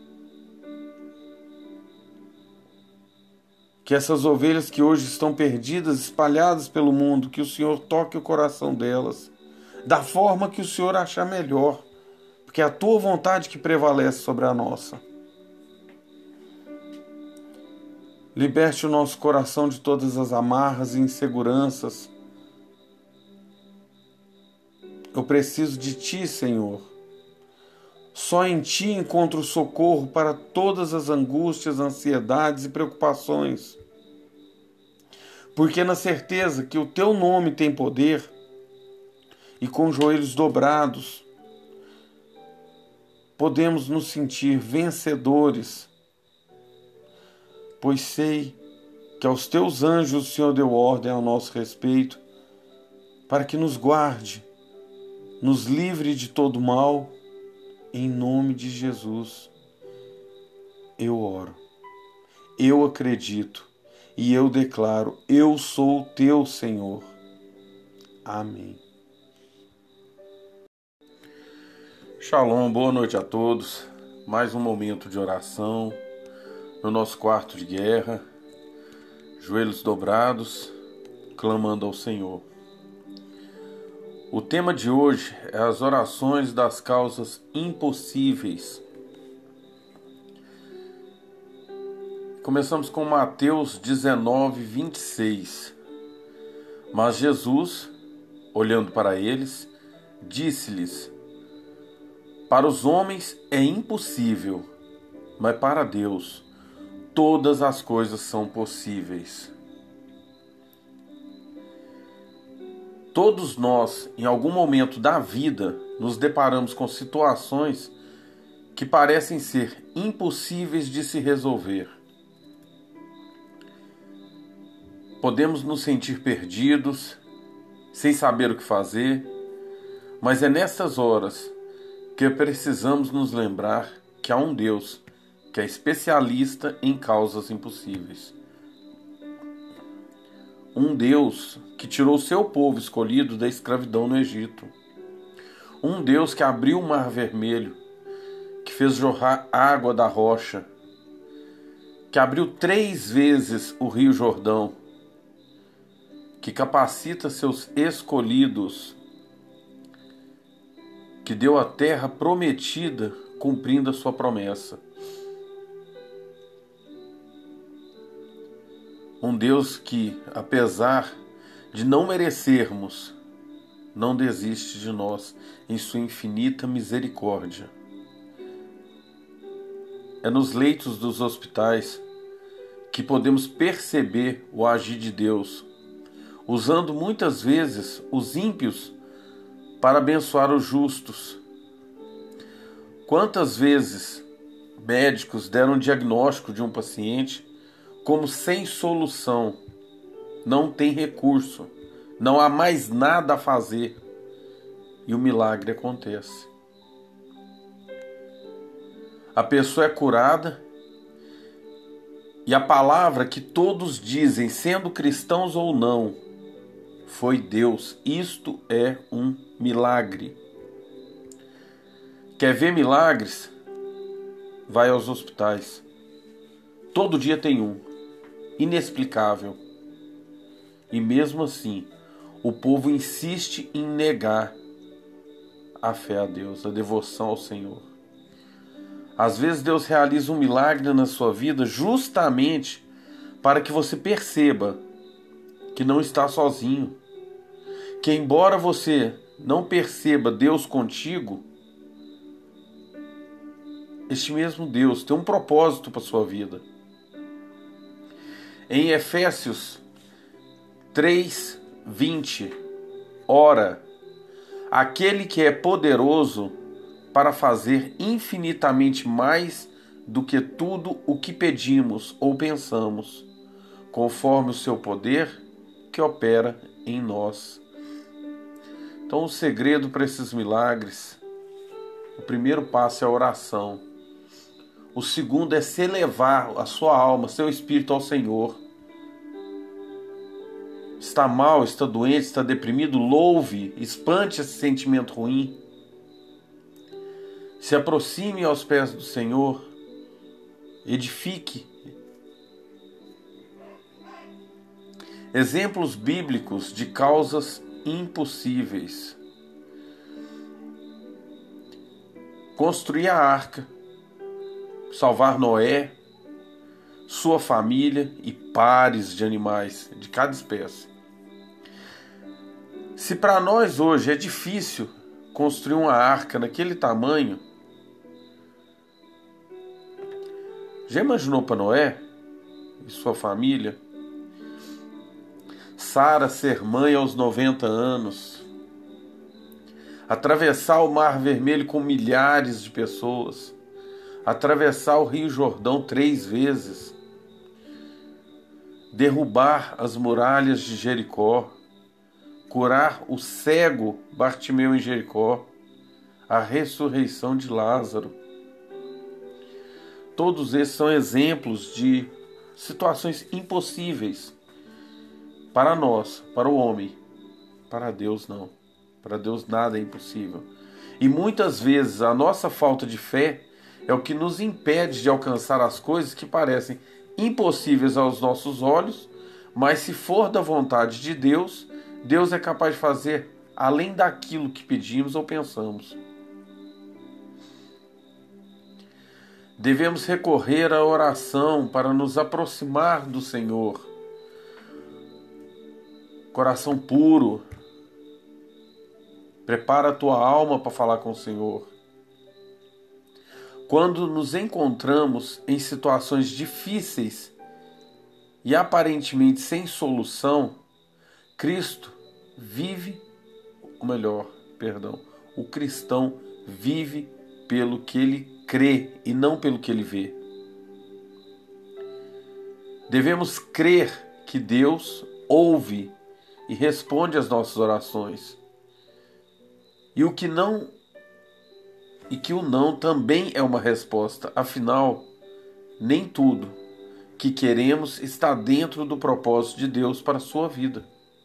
Que essas ovelhas que hoje estão perdidas, espalhadas pelo mundo, que o Senhor toque o coração delas, da forma que o Senhor achar melhor, porque é a tua vontade que prevalece sobre a nossa. Liberte o nosso coração de todas as amarras e inseguranças. Eu preciso de Ti, Senhor. Só em Ti encontro socorro para todas as angústias, ansiedades e preocupações. Porque na certeza que o Teu nome tem poder, e com joelhos dobrados, podemos nos sentir vencedores, pois sei que aos Teus anjos o Senhor deu ordem ao nosso respeito, para que nos guarde, nos livre de todo mal, em nome de Jesus. Eu oro, eu acredito e eu declaro, eu sou o Teu Senhor. Amém. Shalom, boa noite a todos. Mais um momento de oração no nosso quarto de guerra, joelhos dobrados, clamando ao Senhor. O tema de hoje é as orações das causas impossíveis. Começamos com Mateus dezenove, vinte e seis. Mas Jesus, olhando para eles, disse-lhes: para os homens é impossível, mas para Deus todas as coisas são possíveis. Todos nós, em algum momento da vida, nos deparamos com situações que parecem ser impossíveis de se resolver. Podemos nos sentir perdidos, sem saber o que fazer, mas é nessas horas que precisamos nos lembrar que há um Deus que é especialista em causas impossíveis. Um Deus que tirou seu povo escolhido da escravidão no Egito. Um Deus que abriu o Mar Vermelho, que fez jorrar água da rocha, que abriu três vezes o Rio Jordão, que capacita seus escolhidos, que deu a terra prometida, cumprindo a sua promessa. Um Deus que, apesar de não merecermos, não desiste de nós em sua infinita misericórdia. É nos leitos dos hospitais que podemos perceber o agir de Deus, usando muitas vezes os ímpios para abençoar os justos. Quantas vezes médicos deram um diagnóstico de um paciente como sem solução, não tem recurso, não há mais nada a fazer, e o milagre acontece. A pessoa é curada e a palavra que todos dizem, sendo cristãos ou não, foi Deus. Isto é um milagre. Quer ver milagres? Vai aos hospitais. Todo dia tem um. Inexplicável. E mesmo assim, o povo insiste em negar a fé a Deus, a devoção ao Senhor. Às vezes Deus realiza um milagre na sua vida justamente para que você perceba que não está sozinho, que embora você não perceba Deus contigo, este mesmo Deus tem um propósito para a sua vida. Em Efésios três, vinte, ora, aquele que é poderoso para fazer infinitamente mais do que tudo o que pedimos ou pensamos, conforme o seu poder que opera em nós. Então, o segredo para esses milagres, o primeiro passo é a oração. O segundo é se elevar a sua alma, seu espírito ao Senhor. Está mal, está doente, está deprimido, louve, espante esse sentimento ruim. Se aproxime aos pés do Senhor, edifique. Exemplos bíblicos de causas impossíveis. Construir a arca, salvar Noé, sua família e pares de animais de cada espécie. Se para nós hoje é difícil construir uma arca naquele tamanho, já imaginou para Noé e sua família? Sara ser mãe aos noventa anos, atravessar o Mar Vermelho com milhares de pessoas, atravessar o Rio Jordão três vezes, derrubar as muralhas de Jericó, curar o cego Bartimeu em Jericó, a ressurreição de Lázaro. Todos esses são exemplos de situações impossíveis para nós, para o homem. Para Deus não. Para Deus nada é impossível. E muitas vezes a nossa falta de fé é o que nos impede de alcançar as coisas que parecem impossíveis aos nossos olhos, mas se for da vontade de Deus, Deus é capaz de fazer além daquilo que pedimos ou pensamos. Devemos recorrer à oração para nos aproximar do Senhor. Coração puro. Prepara a tua alma para falar com o Senhor. Quando nos encontramos em situações difíceis e aparentemente sem solução, Cristo vive, ou melhor, perdão, o cristão vive pelo que ele crê e não pelo que ele vê. Devemos crer que Deus ouve e responde às nossas orações. E o que não e que o não também é uma resposta. Afinal, nem tudo que queremos está dentro do propósito de Deus para a sua vida.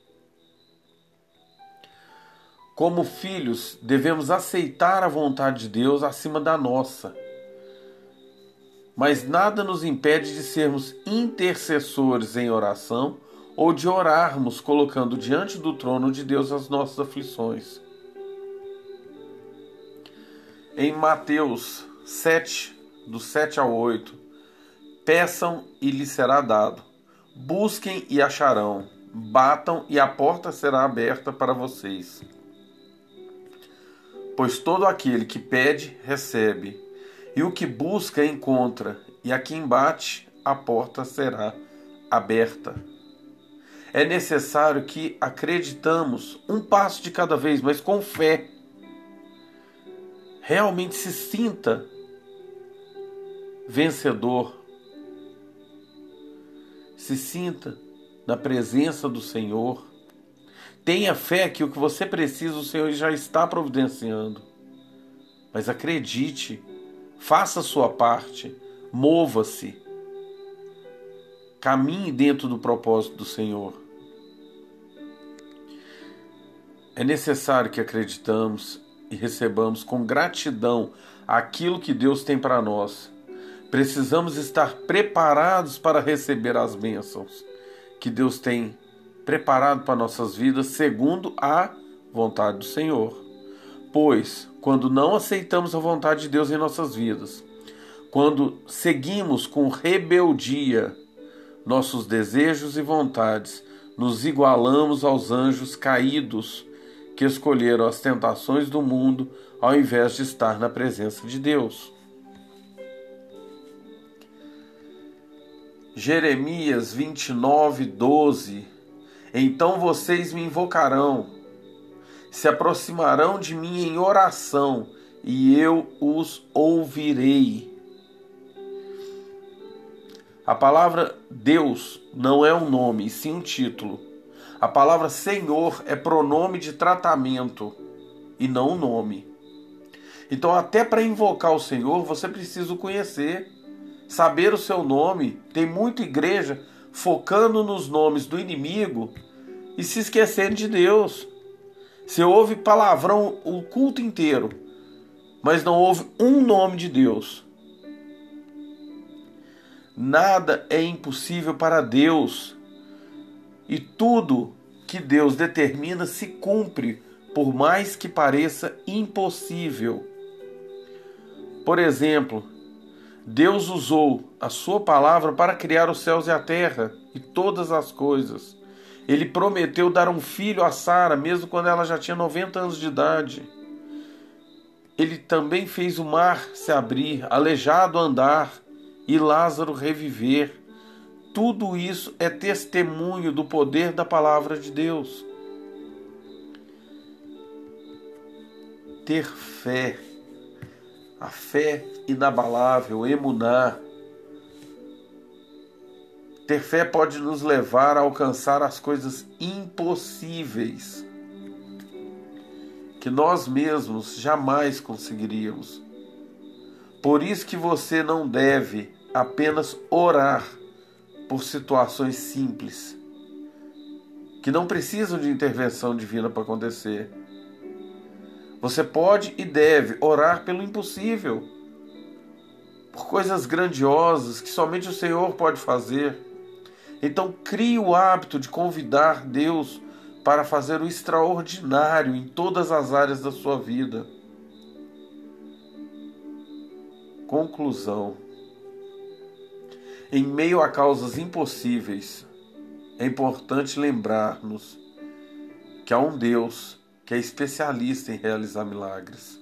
Como filhos, devemos aceitar a vontade de Deus acima da nossa. Mas nada nos impede de sermos intercessores em oração ou de orarmos colocando diante do trono de Deus as nossas aflições. Em Mateus sete, do sete ao oito, peçam e lhes será dado, busquem e acharão, batam e a porta será aberta para vocês. Pois todo aquele que pede, recebe, e o que busca, encontra, e a quem bate, a porta será aberta. É necessário que acreditamos um passo de cada vez, mas com fé. Realmente se sinta vencedor. Se sinta na presença do Senhor. Tenha fé que o que você precisa, o Senhor já está providenciando. Mas acredite, faça a sua parte, mova-se. Caminhe dentro do propósito do Senhor. É necessário que acreditamos e recebamos com gratidão aquilo que Deus tem para nós. Precisamos estar preparados para receber as bênçãos que Deus tem preparado para nossas vidas segundo a vontade do Senhor. Pois, quando não aceitamos a vontade de Deus em nossas vidas, quando seguimos com rebeldia nossos desejos e vontades, nos igualamos aos anjos caídos que escolheram as tentações do mundo ao invés de estar na presença de Deus. Jeremias vinte e nove, doze. Então vocês me invocarão, se aproximarão de mim em oração, e eu os ouvirei. A palavra Deus não é um nome, e sim um título. A palavra Senhor é pronome de tratamento e não um nome. Então, até para invocar o Senhor, você precisa o conhecer, saber o seu nome. Tem muita igreja focando nos nomes do inimigo e se esquecendo de Deus. Você ouve palavrão o culto inteiro, mas não ouve um nome de Deus. Nada é impossível para Deus. E tudo que Deus determina se cumpre, por mais que pareça impossível. Por exemplo, Deus usou a sua palavra para criar os céus e a terra e todas as coisas. Ele prometeu dar um filho a Sara, mesmo quando ela já tinha noventa anos de idade. Ele também fez o mar se abrir, aleijado andar e Lázaro reviver. Tudo isso é testemunho do poder da palavra de Deus. Ter fé, a fé inabalável, emuná. Ter fé pode nos levar a alcançar as coisas impossíveis, que nós mesmos jamais conseguiríamos. Por isso que você não deve apenas orar por situações simples, que não precisam de intervenção divina para acontecer. Você pode e deve orar pelo impossível, por coisas grandiosas que somente o Senhor pode fazer. Então crie o hábito de convidar Deus para fazer o extraordinário em todas as áreas da sua vida. Conclusão. Em meio a causas impossíveis, é importante lembrar-nos que há um Deus que é especialista em realizar milagres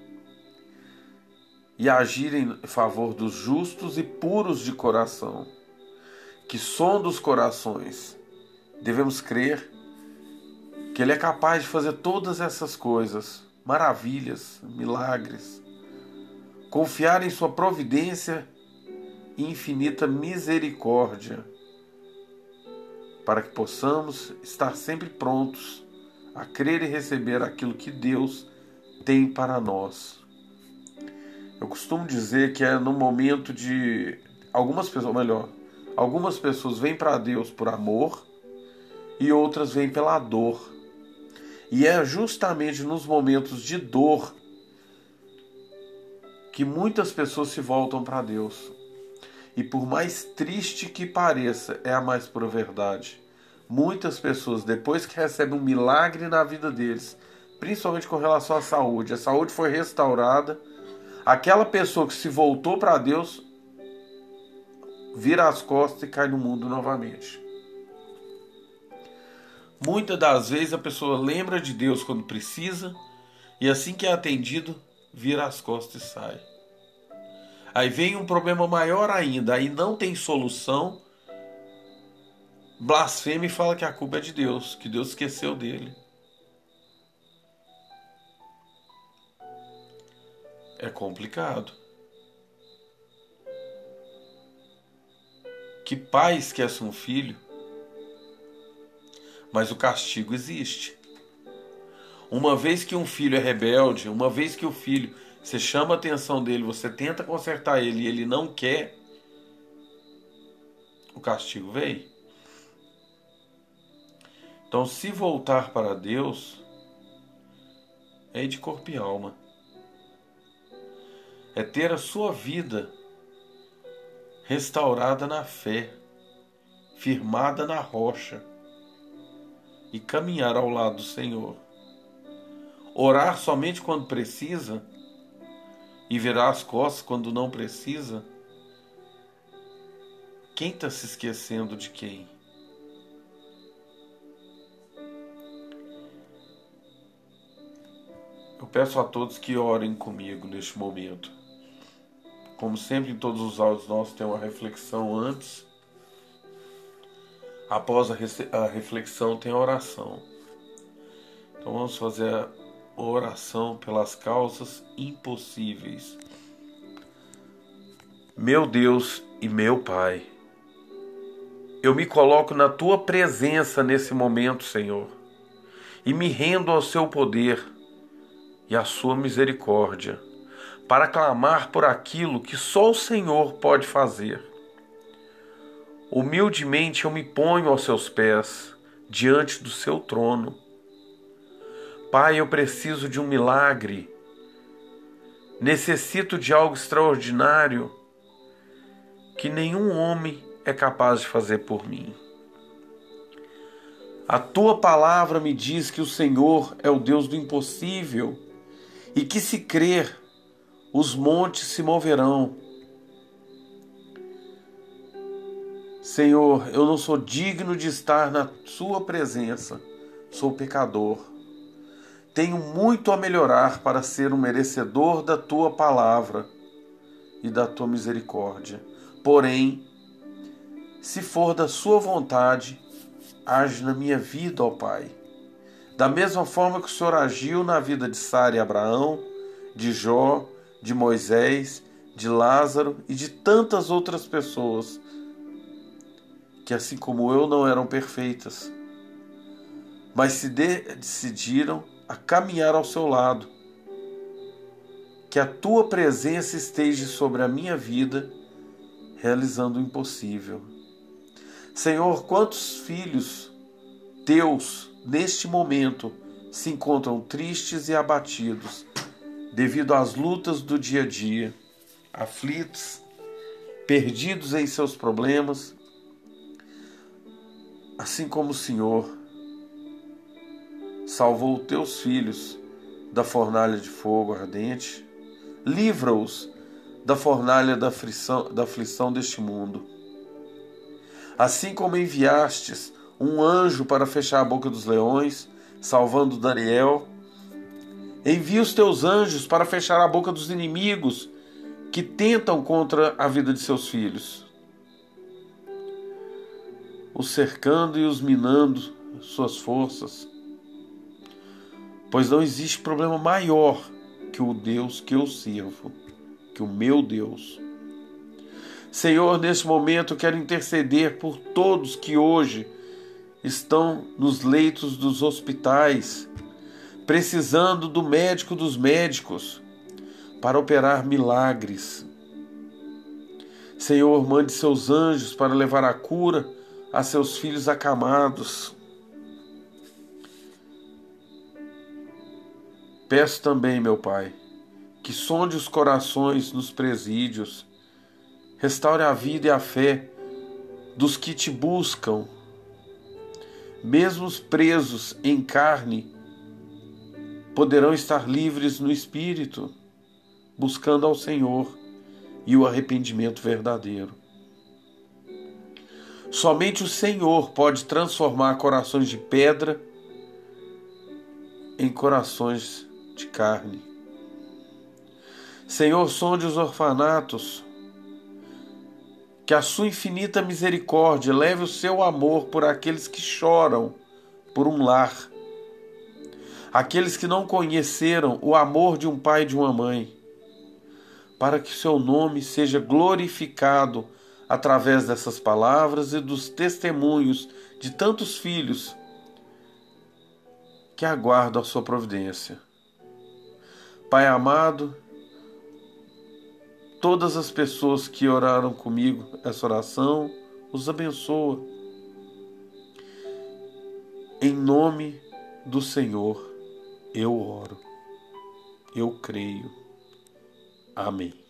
e agir em favor dos justos e puros de coração, que sonda os corações. Devemos crer que Ele é capaz de fazer todas essas coisas, maravilhas, milagres. Confiar em sua providência e infinita misericórdia, para que possamos estar sempre prontos a crer e receber aquilo que Deus tem para nós. Eu costumo dizer que é no momento de... Algumas pessoas, ou melhor, algumas pessoas vêm para Deus por amor e outras vêm pela dor. E é justamente nos momentos de dor que muitas pessoas se voltam para Deus. E por mais triste que pareça, é a mais pura verdade. Muitas pessoas, depois que recebem um milagre na vida deles, principalmente com relação à saúde, a saúde foi restaurada, aquela pessoa que se voltou para Deus vira as costas e cai no mundo novamente. Muitas das vezes a pessoa lembra de Deus quando precisa e assim que é atendido, vira as costas e sai. Aí vem um problema maior ainda, aí não tem solução, blasfema e fala que a culpa é de Deus, que Deus esqueceu dele. É complicado. Que pai esquece um filho? Mas o castigo existe. Uma vez que um filho é rebelde, uma vez que o filho, você chama a atenção dele, você tenta consertar ele e ele não quer, o castigo vem. Então, se voltar para Deus, é de corpo e alma. É ter a sua vida restaurada na fé, firmada na rocha, e caminhar ao lado do Senhor. Orar somente quando precisa e virar as costas quando não precisa. Quem está se esquecendo de quem? Eu peço a todos que orem comigo neste momento. Como sempre, em todos os áudios nossos tem uma reflexão antes. Após a, a reflexão tem a oração. Então vamos fazer a oração pelas causas impossíveis. Meu Deus e meu Pai, eu me coloco na Tua presença nesse momento, Senhor, e me rendo ao Seu poder e à Sua misericórdia, para clamar por aquilo que só o Senhor pode fazer. Humildemente eu me ponho aos Seus pés, diante do Seu trono. Pai, eu preciso de um milagre, necessito de algo extraordinário que nenhum homem é capaz de fazer por mim. A Tua palavra me diz que o Senhor é o Deus do impossível e que se crer, os montes se moverão. Senhor, eu não sou digno de estar na sua presença, sou pecador. Tenho muito a melhorar para ser um merecedor da tua palavra e da tua misericórdia. Porém, se for da sua vontade, age na minha vida, ó Pai. Da mesma forma que o Senhor agiu na vida de Sara e Abraão, de Jó, de Moisés, de Lázaro e de tantas outras pessoas que, assim como eu, não eram perfeitas, mas se decidiram a caminhar ao seu lado. Que a tua presença esteja sobre a minha vida, realizando o impossível. Senhor, quantos filhos teus, neste momento, se encontram tristes e abatidos, devido às lutas do dia a dia, aflitos, perdidos em seus problemas, assim como o Senhor salvou teus filhos da fornalha de fogo ardente, livra-os da fornalha da aflição, da aflição deste mundo. Assim como enviastes um anjo para fechar a boca dos leões, salvando Daniel, envia os teus anjos para fechar a boca dos inimigos que tentam contra a vida de seus filhos, os cercando e os minando suas forças, pois não existe problema maior que o Deus que eu sirvo, que o meu Deus. Senhor, neste momento quero interceder por todos que hoje estão nos leitos dos hospitais, precisando do médico dos médicos para operar milagres. Senhor, mande seus anjos para levar a cura a seus filhos acamados. Peço também, meu Pai, que sonde os corações nos presídios, restaure a vida e a fé dos que te buscam, mesmo os presos em carne poderão estar livres no espírito, buscando ao Senhor e o arrependimento verdadeiro. Somente o Senhor pode transformar corações de pedra em corações de carne. Senhor, sonde os orfanatos, que a sua infinita misericórdia leve o seu amor por aqueles que choram por um lar, aqueles que não conheceram o amor de um pai e de uma mãe, para que seu nome seja glorificado através dessas palavras e dos testemunhos de tantos filhos que aguardam a sua providência. Pai amado, todas as pessoas que oraram comigo essa oração, os abençoa. Em nome do Senhor, eu oro, eu creio. Amém.